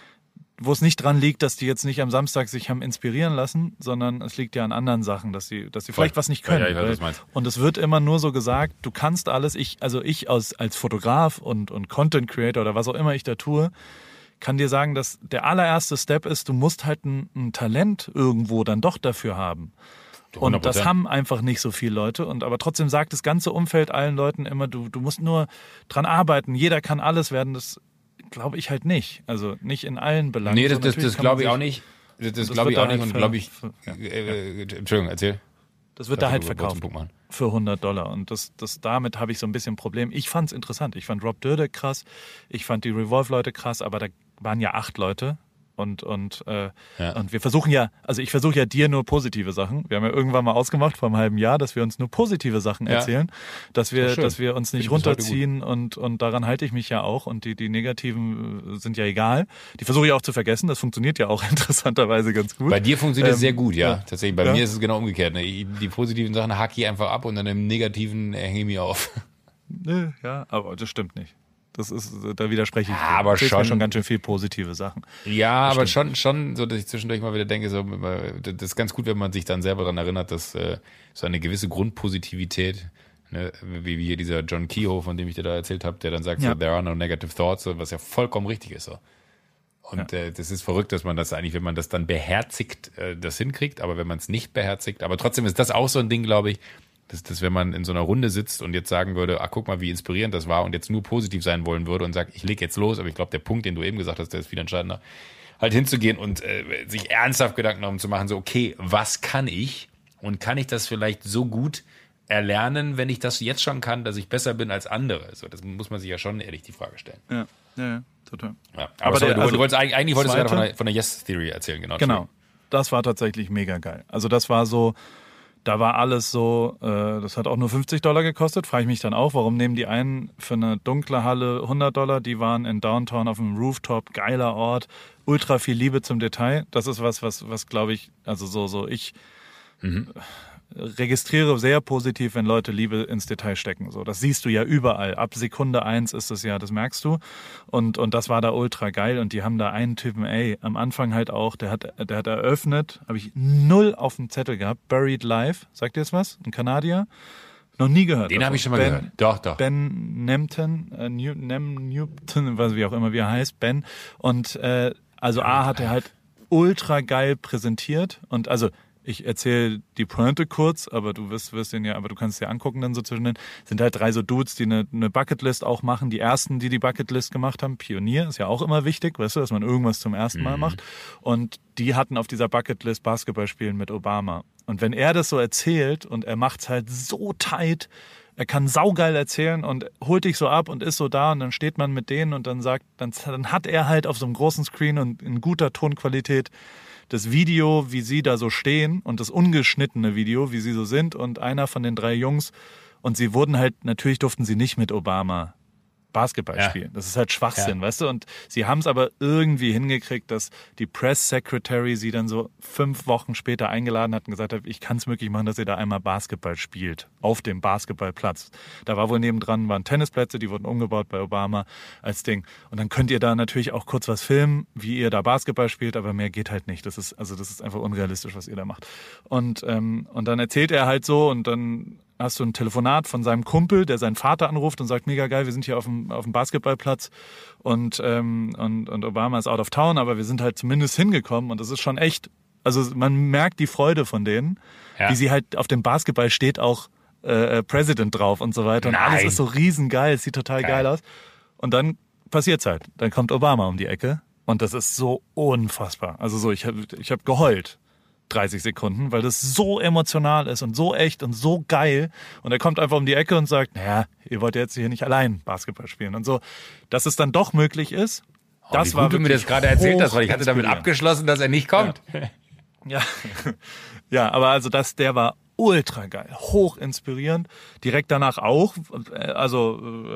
wo es nicht dran liegt, dass die jetzt nicht am Samstag sich haben inspirieren lassen, sondern es liegt ja an anderen Sachen, dass sie, dass sie vielleicht was nicht können. Ja, ja, ich weil, und es wird immer nur so gesagt, du kannst alles. Ich, also ich als, als Fotograf und, und Content Creator oder was auch immer ich da tue, kann dir sagen, dass der allererste Step ist, du musst halt ein, ein Talent irgendwo dann doch dafür haben. hundert Prozent. Und das haben einfach nicht so viele Leute. Und aber trotzdem sagt das ganze Umfeld allen Leuten immer, du, du musst nur dran arbeiten. Jeder kann alles werden. Das glaube ich halt nicht. Also nicht in allen Belangen. Nee, das, das, das glaube ich auch nicht. Das, das glaube ich auch nicht und glaube ich... Ja. Äh, Entschuldigung, erzähl. Das wird da halt verkauft für hundert Dollar. Und das, das, damit habe ich so ein bisschen ein Problem. Ich fand es interessant. Ich fand Rob Dyrdek krass. Ich fand die Revolve-Leute krass. Aber da waren ja acht Leute. Und, und, äh, ja. und wir versuchen ja, also ich versuche ja dir nur positive Sachen. Wir haben ja irgendwann mal ausgemacht vor einem halben Jahr, dass wir uns nur positive Sachen ja. erzählen, dass wir, das dass wir uns nicht ich runterziehen und, und daran halte ich mich ja auch und die, die negativen sind ja egal. Die versuche ich auch zu vergessen. Das funktioniert ja auch interessanterweise ganz gut. Bei dir funktioniert es ähm, sehr gut, ja. ja. Tatsächlich. Bei ja. mir ist es genau umgekehrt. Ne? Die positiven Sachen hacke ich einfach ab und dann im negativen hänge ich mich auf. Nö, ja, aber das stimmt nicht. Das ist, da widerspreche ich. Ja, aber schon, schon ganz schön viel positive Sachen. Ja, das aber stimmt. schon, schon, so dass ich zwischendurch mal wieder denke, so, das ist ganz gut, wenn man sich dann selber daran erinnert, dass äh, so eine gewisse Grundpositivität, ne, wie, wie hier dieser John Kehoe, von dem ich dir da erzählt habe, der dann sagt, ja. so, there are no negative thoughts, so, was ja vollkommen richtig ist. So. Und ja. äh, das ist verrückt, dass man das eigentlich, wenn man das dann beherzigt, äh, das hinkriegt, aber wenn man es nicht beherzigt, aber trotzdem ist das auch so ein Ding, glaube ich, dass, dass wenn man in so einer Runde sitzt und jetzt sagen würde, ach guck mal, wie inspirierend das war und jetzt nur positiv sein wollen würde und sagt, ich leg jetzt los, aber ich glaube, der Punkt, den du eben gesagt hast, der ist viel entscheidender, halt hinzugehen und äh, sich ernsthaft Gedanken darum zu machen, so okay, was kann ich und kann ich das vielleicht so gut erlernen, wenn ich das jetzt schon kann, dass ich besser bin als andere? So, das muss man sich ja schon ehrlich die Frage stellen. Ja, ja, ja total. Ja, aber aber sorry, der, also du wolltest eigentlich, eigentlich wolltest du gerade von der, von der Yes-Theory erzählen, genau. Genau, das war tatsächlich mega geil. Also das war so, da war alles so, äh, das hat auch nur fünfzig Dollar gekostet, frage ich mich dann auch, warum nehmen die einen für eine dunkle Halle hundert Dollar, die waren in Downtown auf dem Rooftop, geiler Ort, ultra viel Liebe zum Detail. Das ist was, was, was glaube ich, also so, so ich mhm. registriere sehr positiv, wenn Leute Liebe ins Detail stecken. So, das siehst du ja überall. Ab Sekunde eins ist es ja, das merkst du. Und und das war da ultra geil. Und die haben da einen Typen, ey, am Anfang halt auch, der hat der hat eröffnet, habe ich null auf dem Zettel gehabt. Buried Live, sagt ihr jetzt was? Ein Kanadier? Noch nie gehört. Den habe ich schon mal Ben, gehört. Doch, doch. Ben Nemton, äh, New, Nem, Newton, was wie auch immer wie er heißt, Ben. Und äh, also A hat er halt ultra geil präsentiert und also ich erzähle die Pointe kurz, aber du wirst, wirst den ja, aber du kannst es dir angucken dann so zwischen den, sind halt drei so Dudes, die eine, eine Bucketlist auch machen. Die ersten, die die Bucketlist gemacht haben, Pionier, ist ja auch immer wichtig, weißt du, dass man irgendwas zum ersten Mal macht. Und die hatten auf dieser Bucketlist Basketball spielen mit Obama. Und wenn er das so erzählt und er macht's halt so tight, er kann saugeil erzählen und holt dich so ab und ist so da und dann steht man mit denen und dann sagt, dann, dann hat er halt auf so einem großen Screen und in guter Tonqualität das Video, wie sie da so stehen und das ungeschnittene Video, wie sie so sind und einer von den drei Jungs und sie wurden halt, natürlich durften sie nicht mit Obama Basketball ja. spielen. Das ist halt Schwachsinn, ja. weißt du? Und sie haben es aber irgendwie hingekriegt, dass die Press Secretary sie dann so fünf Wochen später eingeladen hat und gesagt hat, ich kann es möglich machen, dass ihr da einmal Basketball spielt. Auf dem Basketballplatz. Da war wohl nebendran, waren Tennisplätze, die wurden umgebaut bei Obama als Ding. Und dann könnt ihr da natürlich auch kurz was filmen, wie ihr da Basketball spielt, aber mehr geht halt nicht. Das ist, also das ist einfach unrealistisch, was ihr da macht. Und, ähm, und dann erzählt er halt so und dann hast du ein Telefonat von seinem Kumpel, der seinen Vater anruft und sagt, mega geil, wir sind hier auf dem, auf dem Basketballplatz und, ähm, und, und Obama ist out of town, aber wir sind halt zumindest hingekommen und das ist schon echt, also man merkt die Freude von denen, ja. wie sie halt auf dem Basketball steht auch äh, President drauf und so weiter und Nein. alles ist so riesengeil, es sieht total geil. geil aus und dann passiert's halt, dann kommt Obama um die Ecke und das ist so unfassbar, also so, ich habe ich hab geheult. dreißig Sekunden, weil das so emotional ist und so echt und so geil. Und er kommt einfach um die Ecke und sagt, naja, ihr wollt jetzt hier nicht allein Basketball spielen und so. Dass es dann doch möglich ist, oh, das wie war gut du mir das gerade erzählt hast, weil ich hatte damit abgeschlossen, dass er nicht kommt. Ja, ja. ja aber also das, der war ultra geil, hoch inspirierend. Direkt danach auch, also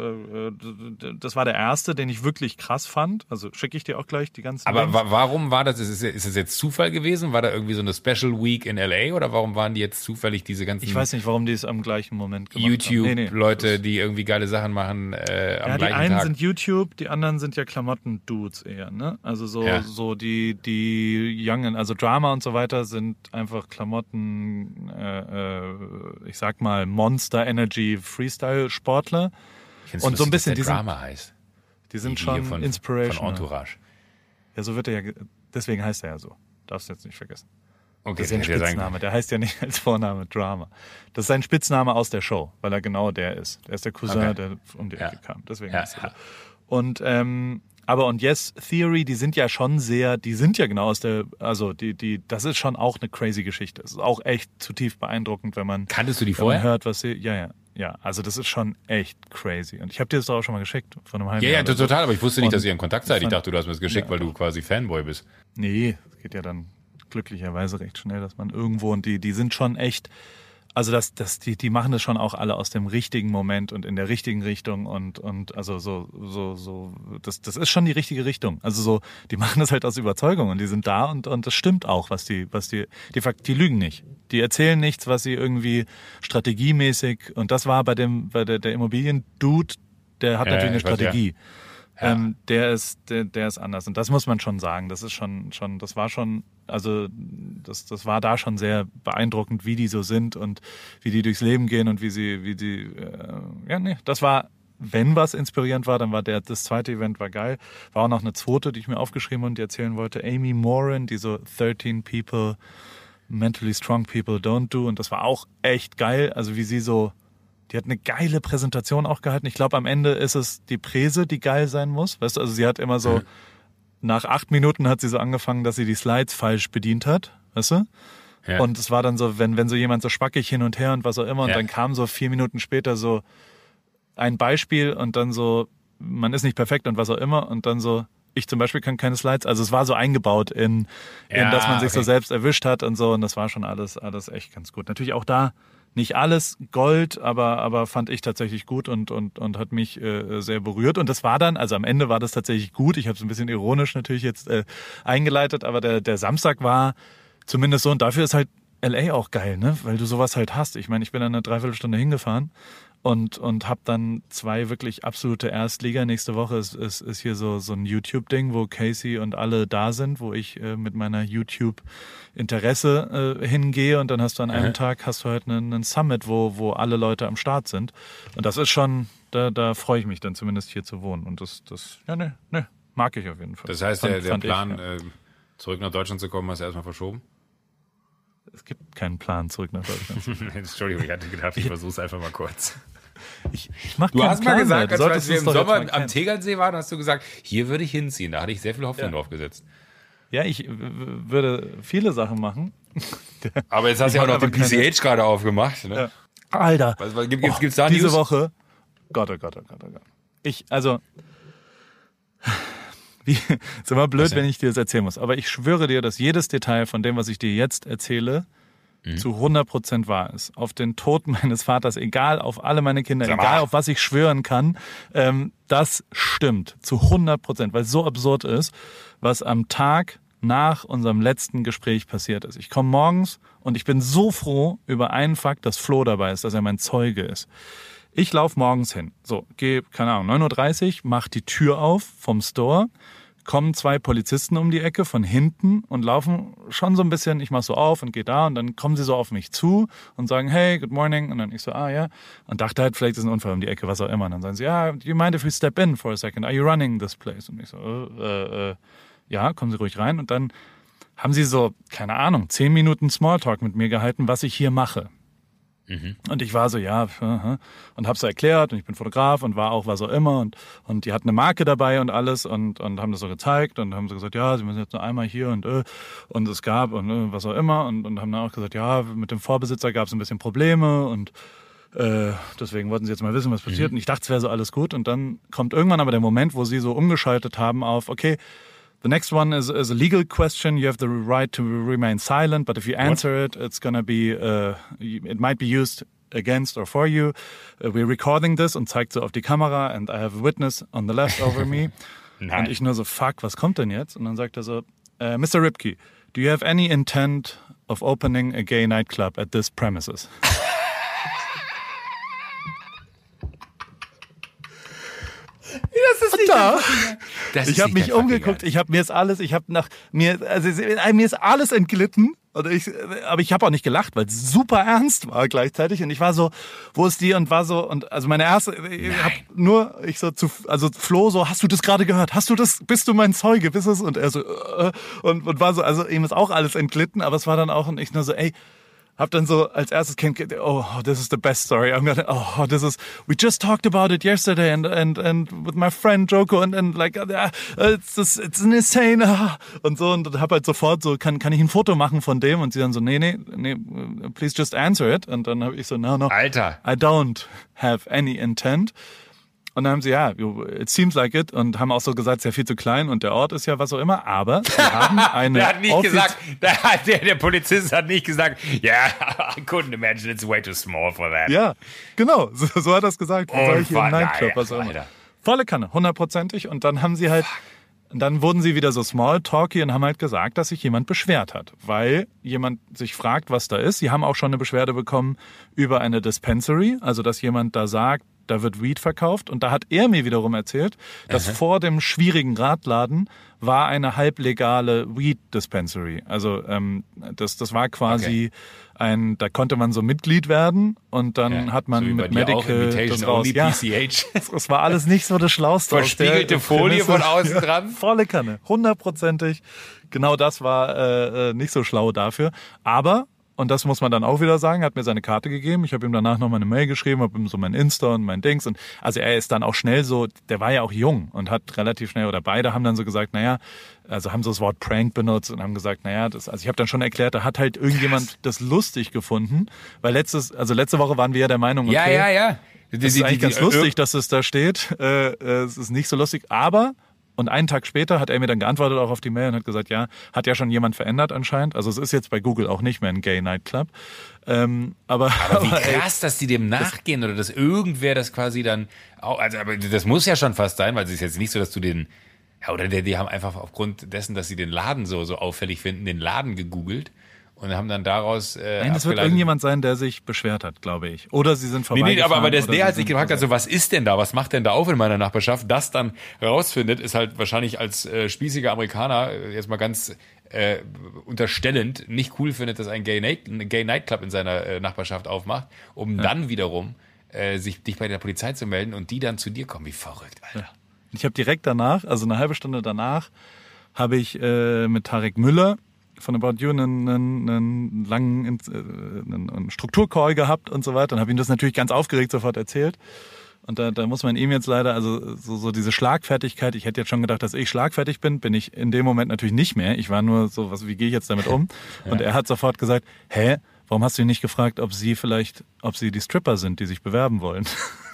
das war der erste, den ich wirklich krass fand. Also schicke ich dir auch gleich die ganzen. Aber Links. Warum war das? Ist es jetzt Zufall gewesen? War da irgendwie so eine Special Week in L A oder warum waren die jetzt zufällig diese ganzen? Ich weiß nicht, warum die es am gleichen Moment gemacht YouTube haben. Nee, nee, Leute, die irgendwie geile Sachen machen äh, am ja, gleichen Tag. Die einen sind YouTube, die anderen sind ja Klamotten-Dudes eher, ne? Also so ja. so die die Youngen, also Drama und so weiter sind einfach Klamotten. Äh, ich sag mal, Monster Energy Freestyle Sportler. Ich und so ein bisschen der Drama die sind, heißt. Die sind die schon von, inspirational. Von Entourage. Ja, so wird er ja, deswegen heißt er ja so. Darfst du jetzt nicht vergessen. Okay, das ist ja ein Spitzname, der heißt ja nicht als Vorname Drama. Das ist sein Spitzname aus der Show, weil er genau der ist. Er ist der Cousin, okay. der um die Ecke ja. kam. Deswegen ja, heißt er ja. so. Und ähm, aber und Yes Theory, die sind ja schon sehr, die sind ja genau aus der, also die, die, das ist schon auch eine crazy Geschichte. Es ist auch echt zutiefst beeindruckend, wenn man, kanntest du die wenn vorher? man hört, was sie, ja, ja, ja. Also das ist schon echt crazy. Und ich habe dir das auch schon mal geschickt von einem halben ja, Jahr. Ja, total. So. Aber ich wusste nicht, und dass ihr in Kontakt seid. Ich dachte, du hast mir das geschickt, ja, weil du quasi Fanboy bist. Nee, das geht ja dann glücklicherweise recht schnell, dass man irgendwo und die, die sind schon echt. Also das, das, die, die machen das schon auch alle aus dem richtigen Moment und in der richtigen Richtung und und also so so so das das ist schon die richtige Richtung. Also so die machen das halt aus Überzeugung und die sind da und und das stimmt auch, was die was die die die lügen nicht. Die erzählen nichts, was sie irgendwie strategiemäßig und das war bei dem bei der, der Immobilien-Dude, der hat Ja, natürlich eine ich weiß, Strategie. Ja. Ähm, der ist, der, der ist anders. Und das muss man schon sagen. Das ist schon, schon, das war schon, also das, das war da schon sehr beeindruckend, wie die so sind und wie die durchs Leben gehen und wie sie, wie die, äh, ja, nee, das war, wenn was inspirierend war, dann war der, das zweite Event war geil. War auch noch eine zweite, die ich mir aufgeschrieben und die erzählen wollte. Amy Morin, die so thirteen people, mentally strong people don't do. Und das war auch echt geil. Also wie sie so, die hat eine geile Präsentation auch gehalten. Ich glaube, am Ende ist es die Präse, die geil sein muss. Weißt du, also sie hat immer so, mhm. nach acht Minuten hat sie so angefangen, dass sie die Slides falsch bedient hat. Weißt du? Ja. Und es war dann so, wenn, wenn so jemand so spackig hin und her und was auch immer. Und ja. dann kam so vier Minuten später so ein Beispiel und dann so, man ist nicht perfekt und was auch immer. Und dann so, ich zum Beispiel kann keine Slides. Also es war so eingebaut in, in ja, dass man sich okay. so selbst erwischt hat und so. Und das war schon alles, alles echt ganz gut. Natürlich auch da nicht alles Gold, aber, aber fand ich tatsächlich gut und, und, und hat mich äh, sehr berührt. Und das war dann, also am Ende war das tatsächlich gut. Ich habe es ein bisschen ironisch natürlich jetzt äh, eingeleitet, aber der, der Samstag war zumindest so. Und dafür ist halt L A auch geil, ne? Weil du sowas halt hast. Ich meine, ich bin dann eine Dreiviertelstunde hingefahren und und habe dann zwei wirklich absolute Erstliga. Nächste Woche ist ist, ist hier so so ein YouTube-Ding, wo Casey und alle da sind, wo ich äh, mit meiner YouTube-Interesse äh, hingehe und dann hast du an einem mhm. Tag hast du halt einen, einen Summit, wo wo alle Leute am Start sind und das ist schon, da da freue ich mich dann zumindest hier zu wohnen und das das ja ne ne mag ich auf jeden Fall. Das heißt, fand, der, der Plan ich, ja. äh, zurück nach Deutschland zu kommen, hast du erstmal verschoben? Es gibt keinen Plan, zurück nach Deutschland. Entschuldigung, ich hatte gedacht, ich versuche es einfach mal kurz. Ich, ich mach du keinen hast Plan mal gesagt, mehr. als wir im Sommer am Tegernsee waren, hast du gesagt, hier würde ich hinziehen. Da hatte ich sehr viel Hoffnung ja. drauf gesetzt. Ja, ich würde viele Sachen machen. Aber jetzt hast du ja auch noch den P C H gerade aufgemacht. Ne? Ja. Alter, was, was, gibt, oh, gibt's da diese News? Woche, Gott, oh Gott, oh Gott, oh Gott. Ich, also... Wie, ist immer blöd, wenn ich dir das erzählen muss. Aber ich schwöre dir, dass jedes Detail von dem, was ich dir jetzt erzähle, mhm. zu hundert Prozent wahr ist. Auf den Tod meines Vaters, egal, auf alle meine Kinder, Sag egal, mal. auf was ich schwören kann. Ähm, das stimmt zu hundert Prozent, weil es so absurd ist, was am Tag nach unserem letzten Gespräch passiert ist. Ich komme morgens und ich bin so froh über einen Fakt, dass Flo dabei ist, dass er mein Zeuge ist. Ich laufe morgens hin, so, gehe, keine Ahnung, neun Uhr dreißig, mach die Tür auf vom Store, kommen zwei Polizisten um die Ecke von hinten und laufen schon so ein bisschen, ich mach so auf und gehe da und dann kommen sie so auf mich zu und sagen, hey, good morning. Und dann ich so, ah ja. Und dachte halt, vielleicht ist ein Unfall um die Ecke, was auch immer. Und dann sagen sie, ja, do you mind if we step in for a second? Are you running this place? Und ich so, äh, äh, ja, kommen Sie ruhig rein. Und dann haben sie so, keine Ahnung, zehn Minuten Smalltalk mit mir gehalten, was ich hier mache. Mhm. Und ich war so, ja, und hab's so erklärt und ich bin Fotograf und war auch was auch immer und und die hatten eine Marke dabei und alles und und haben das so gezeigt und haben so gesagt, ja, sie müssen jetzt nur einmal hier und äh, und es gab und äh, was auch immer und und haben dann auch gesagt, ja, mit dem Vorbesitzer gab es ein bisschen Probleme und äh, deswegen wollten sie jetzt mal wissen, was passiert. Mhm. Und ich dachte, es wäre so alles gut und dann kommt irgendwann aber der Moment, wo sie so umgeschaltet haben auf, okay, the next one is, is a legal question. You have the right to remain silent, but if you answer What? it, it's gonna be, uh, it might be used against or for you. Uh, we're recording this und zeigt so auf die Kamera and I have a witness on the left over me. Nein. Und ich nur so, fuck, was kommt denn jetzt? Und dann sagt er so, uh, Mister Ripke, do you have any intent of opening a gay nightclub at this premises? Das ist nicht da. Das ich habe mich umgeguckt, ich habe mir ist alles, ich habe nach mir, also mir ist alles entglitten. Und ich, aber ich habe auch nicht gelacht, weil es super ernst war gleichzeitig. Und ich war so, wo ist die? Und war so, und also meine erste, ich hab nur, ich so zu, also Flo so, hast du das gerade gehört? Hast du das? Bist du mein Zeuge? Bist es? Und er so, äh, und, und war so, also ihm ist auch alles entglitten, aber es war dann auch, und ich nur so, ey, hab dann so als erstes Kind, oh, this is the best story. I'm gonna, oh, this is, we just talked about it yesterday and and and with my friend Joko and and like, uh, it's it's, it's insane. Uh, und so und hab halt sofort so, kann kann ich ein Foto machen von dem? Und sie dann so, nee, nee, nee, please just answer it. Und dann habe ich so, no, no, Alter, I don't have any intent. Und dann haben sie, ja, it seems like it. Und haben auch so gesagt, es ist ja viel zu klein und der Ort ist ja was auch immer. Aber wir haben eine... der hat nicht gesagt, der, der, der Polizist hat nicht gesagt, yeah, I couldn't imagine it's way too small for that. Ja, genau, so, so hat er es gesagt. Oh, solche Nightclub, was auch immer. Volle Kanne, hundertprozentig. Und dann haben sie halt... Dann wurden sie wieder so small-talky und haben halt gesagt, dass sich jemand beschwert hat, weil jemand sich fragt, was da ist. Sie haben auch schon eine Beschwerde bekommen über eine Dispensary, also dass jemand da sagt, da wird Weed verkauft. Und da hat er mir wiederum erzählt, dass Aha. vor dem schwierigen Radladen war eine halblegale Weed-Dispensary. Also ähm, das, das war quasi okay. ein, da konnte man so Mitglied werden und dann ja, hat man so mit Medical das raus. Ja, es war alles nicht so das Schlauste. Verspiegelte Folie von außen dran. Ja, volle Kanne, hundertprozentig. Genau das war äh, nicht so schlau dafür. Aber und das muss man dann auch wieder sagen, hat mir seine Karte gegeben. Ich habe ihm danach noch mal eine Mail geschrieben, habe ihm so mein Insta und mein Dings. Und also er ist dann auch schnell so, der war ja auch jung und hat relativ schnell, oder beide haben dann so gesagt, naja, also haben so das Wort Prank benutzt und haben gesagt, naja, das, also ich habe dann schon erklärt, da hat halt irgendjemand Krass. das lustig gefunden. Weil letztes, also letzte Woche waren wir ja der Meinung, okay, ja, ja, ja. Die, das ist die, eigentlich die, die, ganz die, lustig, dass es da steht. Äh, es ist nicht so lustig, aber... Und einen Tag später hat er mir dann geantwortet auch auf die Mail und hat gesagt, ja, hat ja schon jemand verändert anscheinend. Also es ist jetzt bei Google auch nicht mehr ein Gay Nightclub. Ähm, aber, aber wie aber, krass, ey, dass die dem nachgehen das, oder dass irgendwer das quasi dann auch, also aber das muss ja schon fast sein, weil es ist jetzt nicht so, dass du den, ja, oder die, die haben einfach aufgrund dessen, dass sie den Laden so, so auffällig finden, den Laden gegoogelt. Und haben dann daraus äh, Nein, das wird irgendjemand sein, der sich beschwert hat, glaube ich. Oder sie sind vorbeigefahren. Nee, nee, aber, aber der, der hat sich gefragt, also was ist denn da? Was macht denn da auf in meiner Nachbarschaft? Das dann rausfindet, ist halt wahrscheinlich als äh, spießiger Amerikaner, äh, jetzt mal ganz äh, unterstellend, nicht cool findet, dass ein Gay, Night, ein Gay Nightclub in seiner äh, Nachbarschaft aufmacht, um ja. dann wiederum äh, sich dich bei der Polizei zu melden und die dann zu dir kommen. Wie verrückt, Alter. Ja. Ich habe direkt danach, also eine halbe Stunde danach, habe ich äh, mit Tarek Müller von About You einen, einen, einen langen einen, einen Strukturcall gehabt und so weiter und habe ihm das natürlich ganz aufgeregt sofort erzählt. Und da, da muss man ihm jetzt leider, also so, so diese Schlagfertigkeit, ich hätte jetzt schon gedacht, dass ich schlagfertig bin, bin ich in dem Moment natürlich nicht mehr. Ich war nur so, was, wie gehe ich jetzt damit um? Und ja. er hat sofort gesagt, hä, warum hast du ihn nicht gefragt, ob sie vielleicht, ob sie die Stripper sind, die sich bewerben wollen?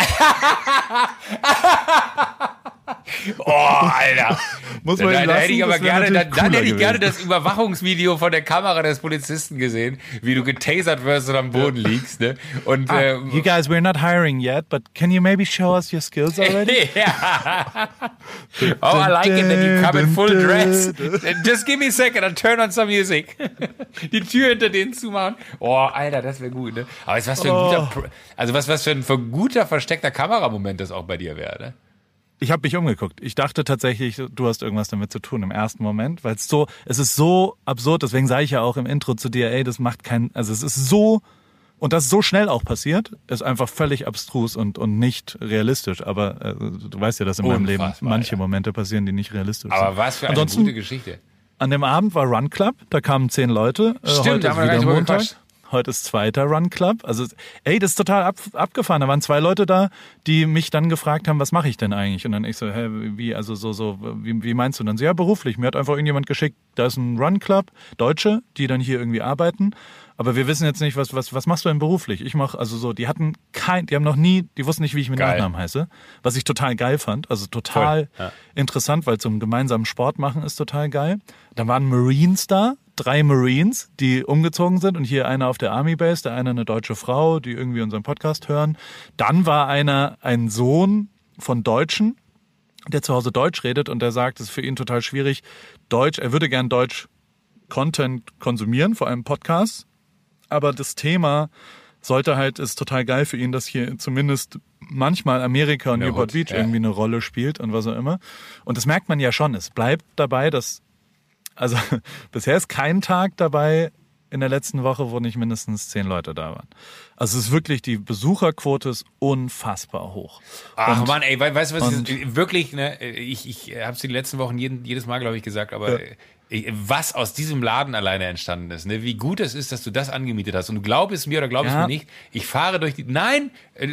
Oh, Alter. Muss man da, da, da hätte ich aber gerne, dann, dann hätte ich gerne gewesen. das Überwachungsvideo von der Kamera des Polizisten gesehen, wie du getasert wirst und am Boden liegst, ne? Und, ah, äh, you guys, we're not hiring yet, but can you maybe show us your skills already? ja. Oh, I like it that you come in full dress. Just give me a second, I'll turn on some music. Die Tür hinter denen zumachen. Oh, Alter, das wäre gut, ne? Aber jetzt was für ein oh. guter, also was, was für ein, für ein guter versteckter Kameramoment das auch bei dir wäre, ne? Ich habe mich umgeguckt. Ich dachte tatsächlich, du hast irgendwas damit zu tun im ersten Moment, weil es so, es ist so absurd. Deswegen sage ich ja auch im Intro zu dir, ey, das macht keinen, also es ist so, und das ist so schnell auch passiert, ist einfach völlig abstrus und und nicht realistisch. Aber äh, du weißt ja, dass in Unfassbar, meinem Leben manche ja. Momente passieren, die nicht realistisch Aber sind. Aber was für eine Ansonsten, gute Geschichte. An dem Abend war Run Club, da kamen zehn Leute. Äh, Stimmt, heute da ist haben wir wieder gar nicht Montag. Gequatscht. Heute ist zweiter Run Club. Also, ey, das ist total ab, abgefahren. Da waren zwei Leute da, die mich dann gefragt haben, was mache ich denn eigentlich? Und dann ich so, hä, wie, also so, so, wie, wie meinst du? Und dann so, ja, beruflich. Mir hat einfach irgendjemand geschickt, da ist ein Run Club, Deutsche, die dann hier irgendwie arbeiten. Aber wir wissen jetzt nicht, was, was, was machst du denn beruflich? Ich mache, also so, die hatten kein, die haben noch nie, die wussten nicht, wie ich mit Nachnamen heiße. Was ich total geil fand. Also total ja. interessant, weil zum gemeinsamen Sport machen ist total geil. Dann waren Marines da. Drei Marines, die umgezogen sind und hier einer auf der Army Base, der eine eine deutsche Frau, die irgendwie unseren Podcast hören. Dann war einer ein Sohn von Deutschen, der zu Hause Deutsch redet und der sagt, es ist für ihn total schwierig, Deutsch, er würde gern Deutsch Content konsumieren, vor allem Podcasts, aber das Thema sollte halt, ist total geil für ihn, dass hier zumindest manchmal Amerika und Newport Beach ja. irgendwie eine Rolle spielt und was auch immer. Und das merkt man ja schon, es bleibt dabei, dass Also bisher ist kein Tag dabei in der letzten Woche, wo nicht mindestens zehn Leute da waren. Also es ist wirklich, die Besucherquote ist unfassbar hoch. Ach und, Mann, ey, weißt du was, ich, wirklich, ne, ich, ich habe es die letzten Wochen jeden, jedes Mal, glaube ich, gesagt, aber... Ja. Was aus diesem Laden alleine entstanden ist, ne? Wie gut es ist, dass du das angemietet hast. Und du glaub es mir oder glaub es ja. mir nicht, ich fahre durch die... Nein!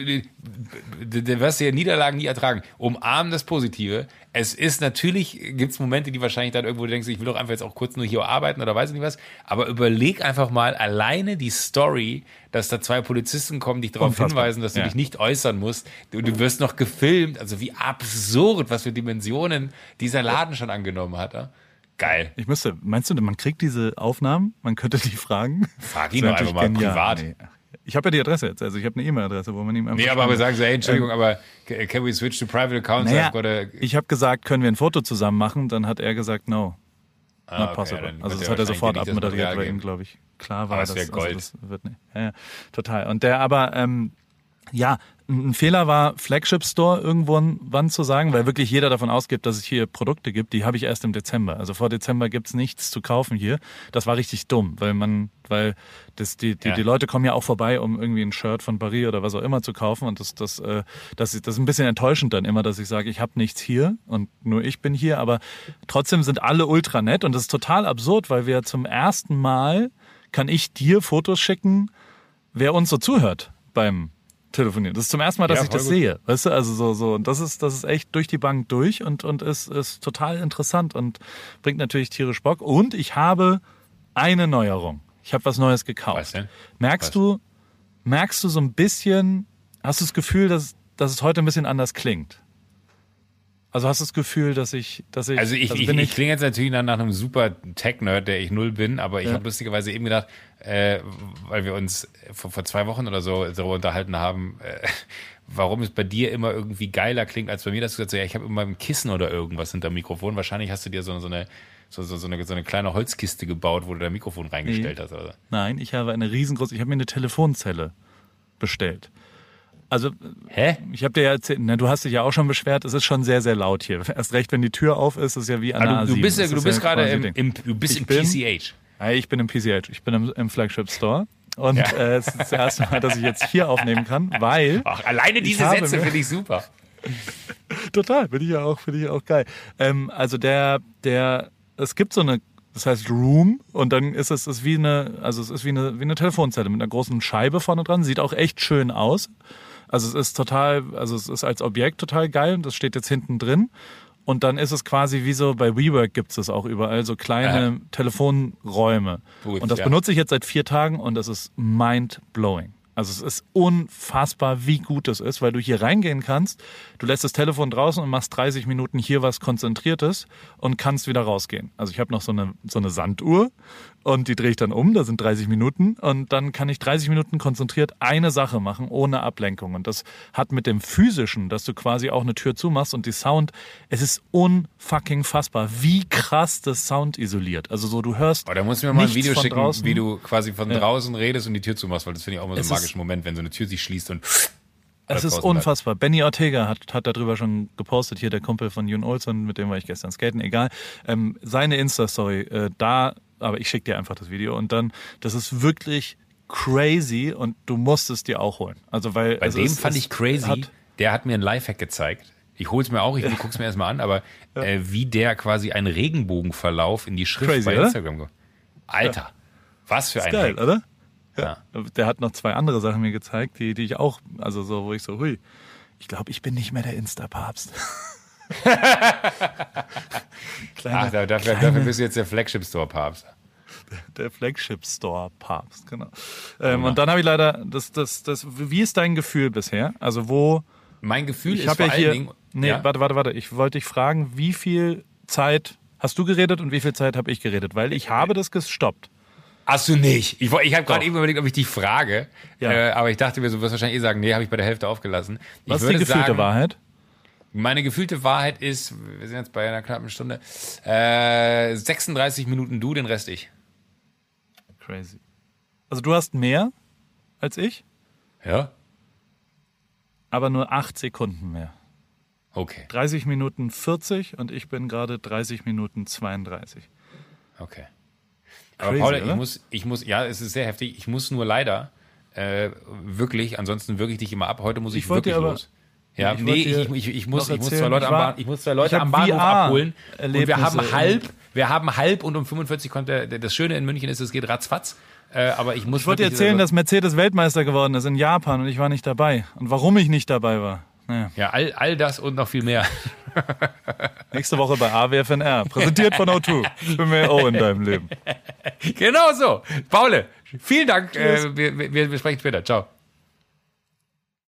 Du wirst ja Niederlagen nie ertragen. Umarm das Positive. Es ist natürlich, gibt's Momente, die wahrscheinlich dann irgendwo du denkst, ich will doch einfach jetzt auch kurz nur hier arbeiten oder weiß nicht was. Aber überleg einfach mal alleine die Story, dass da zwei Polizisten kommen, dich darauf Unfassbar. hinweisen, dass du ja. dich nicht äußern musst. Du, du wirst noch gefilmt. Also wie absurd, was für Dimensionen dieser Laden schon angenommen hat. Ja? Geil. Ich müsste, meinst du, man kriegt diese Aufnahmen? Man könnte die fragen? Frag ihn doch einfach mal genial. privat. Nee. Ich habe ja die Adresse jetzt, also ich habe eine E-Mail-Adresse, wo man ihm einfach... Nee, aber wir sagen so, hey, Entschuldigung, ähm, aber can we switch to private accounts? Naja, ich habe gesagt, können wir ein Foto zusammen machen? Dann hat er gesagt, no, ah, not okay, possible. Also das hat er sofort abmoderiert, weil ihm, glaube ich, klar war, aber das wäre Gold. Also das wird nicht. Ja, ja, total. Und der aber, ähm, ja, ein Fehler war, Flagship Store irgendwann zu sagen, weil wirklich jeder davon ausgeht, dass es hier Produkte gibt. Die habe ich erst im Dezember. Also vor Dezember gibt's nichts zu kaufen hier. Das war richtig dumm, weil man, weil das, die, die, ja. die Leute kommen ja auch vorbei, um irgendwie ein Shirt von Paris oder was auch immer zu kaufen. Und das, das, das, das, das ist ein bisschen enttäuschend dann immer, dass ich sage, ich habe nichts hier und nur ich bin hier. Aber trotzdem sind alle ultra nett und das ist total absurd, weil wir zum ersten Mal kann ich dir Fotos schicken, wer uns so zuhört beim Telefonieren. Das ist zum ersten Mal, dass ja, ich das gut. sehe. Weißt du, also so, so. Und das ist, das ist echt durch die Bank durch und, und ist, ist total interessant und bringt natürlich tierisch Bock. Und ich habe eine Neuerung. Ich habe was Neues gekauft. Was denn? Merkst was? du, merkst du so ein bisschen, hast du das Gefühl, dass, dass es heute ein bisschen anders klingt? Also hast du das Gefühl, dass ich, dass ich, also ich, also ich, ich, ich klinge jetzt natürlich nach, nach einem super Tech-Nerd, der ich null bin, aber ich ja. habe lustigerweise eben gedacht, äh, weil wir uns vor, vor zwei Wochen oder so darüber unterhalten haben, äh, warum es bei dir immer irgendwie geiler klingt als bei mir, dass du gesagt hast, ja, ich habe immer ein Kissen oder irgendwas hinter dem Mikrofon. Wahrscheinlich hast du dir so, so eine so, so, so, eine, so eine kleine Holzkiste gebaut, wo du dein Mikrofon reingestellt nee. hast. Oder? Nein, ich habe eine riesengroße, ich habe mir eine Telefonzelle bestellt. Also, Hä? Ich habe dir ja erzählt, ne, du hast dich ja auch schon beschwert, es ist schon sehr, sehr laut hier. Erst recht, wenn die Tür auf ist, ist es ja wie an der du, du bist, ja, du bist ja gerade im, im, du bist ich im bin, P C H. Ja, ich bin im P C H, ich bin im, im Flagship Store. Und ja. äh, es ist das erste Mal, dass ich jetzt hier aufnehmen kann, weil... Ach, alleine diese Sätze finde ich super. Total, finde ich ja auch, finde ich auch geil. Ähm, also der, der, es gibt so eine, das heißt Room und dann ist es ist wie eine, also es ist wie eine, wie eine Telefonzelle mit einer großen Scheibe vorne dran, sieht auch echt schön aus. Also es ist total, also es ist als Objekt total geil und das steht jetzt hinten drin. Und dann ist es quasi wie so, bei WeWork gibt es das auch überall, so kleine äh. Telefonräume. Gut, und das ja. benutze ich jetzt seit vier Tagen und das ist mind-blowing. Also es ist unfassbar, wie gut das ist, weil du hier reingehen kannst, du lässt das Telefon draußen und machst dreißig Minuten hier was Konzentriertes und kannst wieder rausgehen. Also ich habe noch so eine, so eine Sanduhr und die drehe ich dann um, da sind dreißig Minuten und dann kann ich dreißig Minuten konzentriert eine Sache machen, ohne Ablenkung. Und das hat mit dem Physischen, dass du quasi auch eine Tür zumachst und die Sound, es ist unfucking fassbar, wie krass das Sound isoliert. Also so, du hörst oh, da musst du mir mal ein Video schicken, draußen. Wie du quasi von ja. draußen redest und die Tür zumachst, weil das finde ich auch immer so es ein magischen Moment, wenn so eine Tür sich schließt und... Es ist unfassbar. Bleibt. Benny Ortega hat, hat darüber schon gepostet, hier der Kumpel von Jon Olsson, mit dem war ich gestern skaten, egal. Ähm, seine Insta-Story, äh, da, aber ich schicke dir einfach das Video und dann, das ist wirklich crazy und du musst es dir auch holen. Also weil Bei es dem ist, fand ich crazy, hat, der hat mir einen Lifehack gezeigt. Ich hol's mir auch, ich guck's mir erstmal an, aber ja. äh, wie der quasi einen Regenbogenverlauf in die Schrift crazy, bei Instagram oder? Alter, ja. was für ein geil, Hack. Oder? Ja. Der hat noch zwei andere Sachen mir gezeigt, die, die ich auch, also so, wo ich so, hui, ich glaube, ich bin nicht mehr der Insta-Papst. kleine, Ach, dafür, kleine, dafür bist du jetzt der Flagship-Store-Papst. Der Flagship-Store-Papst, genau. Ähm, genau. Und dann habe ich leider, das, das, das, wie ist dein Gefühl bisher? Also wo... Mein Gefühl ich ist vor ja allen hier, Dingen... Nee, ja? warte, warte, warte. Ich wollte dich fragen, wie viel Zeit hast du geredet und wie viel Zeit habe ich geredet? Weil ich habe das gestoppt. Hast du nicht? Ich, ich habe gerade eben überlegt, ob ich dich frage, ja. äh, aber ich dachte mir, du wirst wahrscheinlich eh sagen, nee, habe ich bei der Hälfte aufgelassen. Ich Was ist die gefühlte sagen, Wahrheit? Meine gefühlte Wahrheit ist, wir sind jetzt bei einer knappen Stunde, äh, sechsunddreißig Minuten du, den Rest ich. Crazy. Also du hast mehr als ich? Ja. Aber nur acht Sekunden mehr. Okay. dreißig Minuten vierzig und ich bin gerade dreißig Minuten zweiunddreißig. Okay. Aber Crazy, Paul, ich muss, ich muss, ja, es ist sehr heftig. Ich muss nur leider äh, wirklich, ansonsten wirklich dich immer ab. Heute muss ich, ich wirklich aber, los. Ja, ich nee, ich, ich, ich, muss, ich muss zwei Leute, am, Bahn, ich muss zwei Leute am Bahnhof abholen. Und wir haben halb, wir haben halb und um fünfundvierzig kommt der, das Schöne in München ist, es geht ratzfatz. Äh, aber ich muss. Ich wollte dir erzählen, dass Mercedes Weltmeister geworden ist in Japan und ich war nicht dabei. Und warum ich nicht dabei war. Naja. Ja, all, all das und noch viel mehr. Nächste Woche bei A W F N R. Präsentiert von O zwei. Für mehr O in deinem Leben. Genau so. Paul, vielen Dank. Äh, wir, wir, wir sprechen später. Ciao.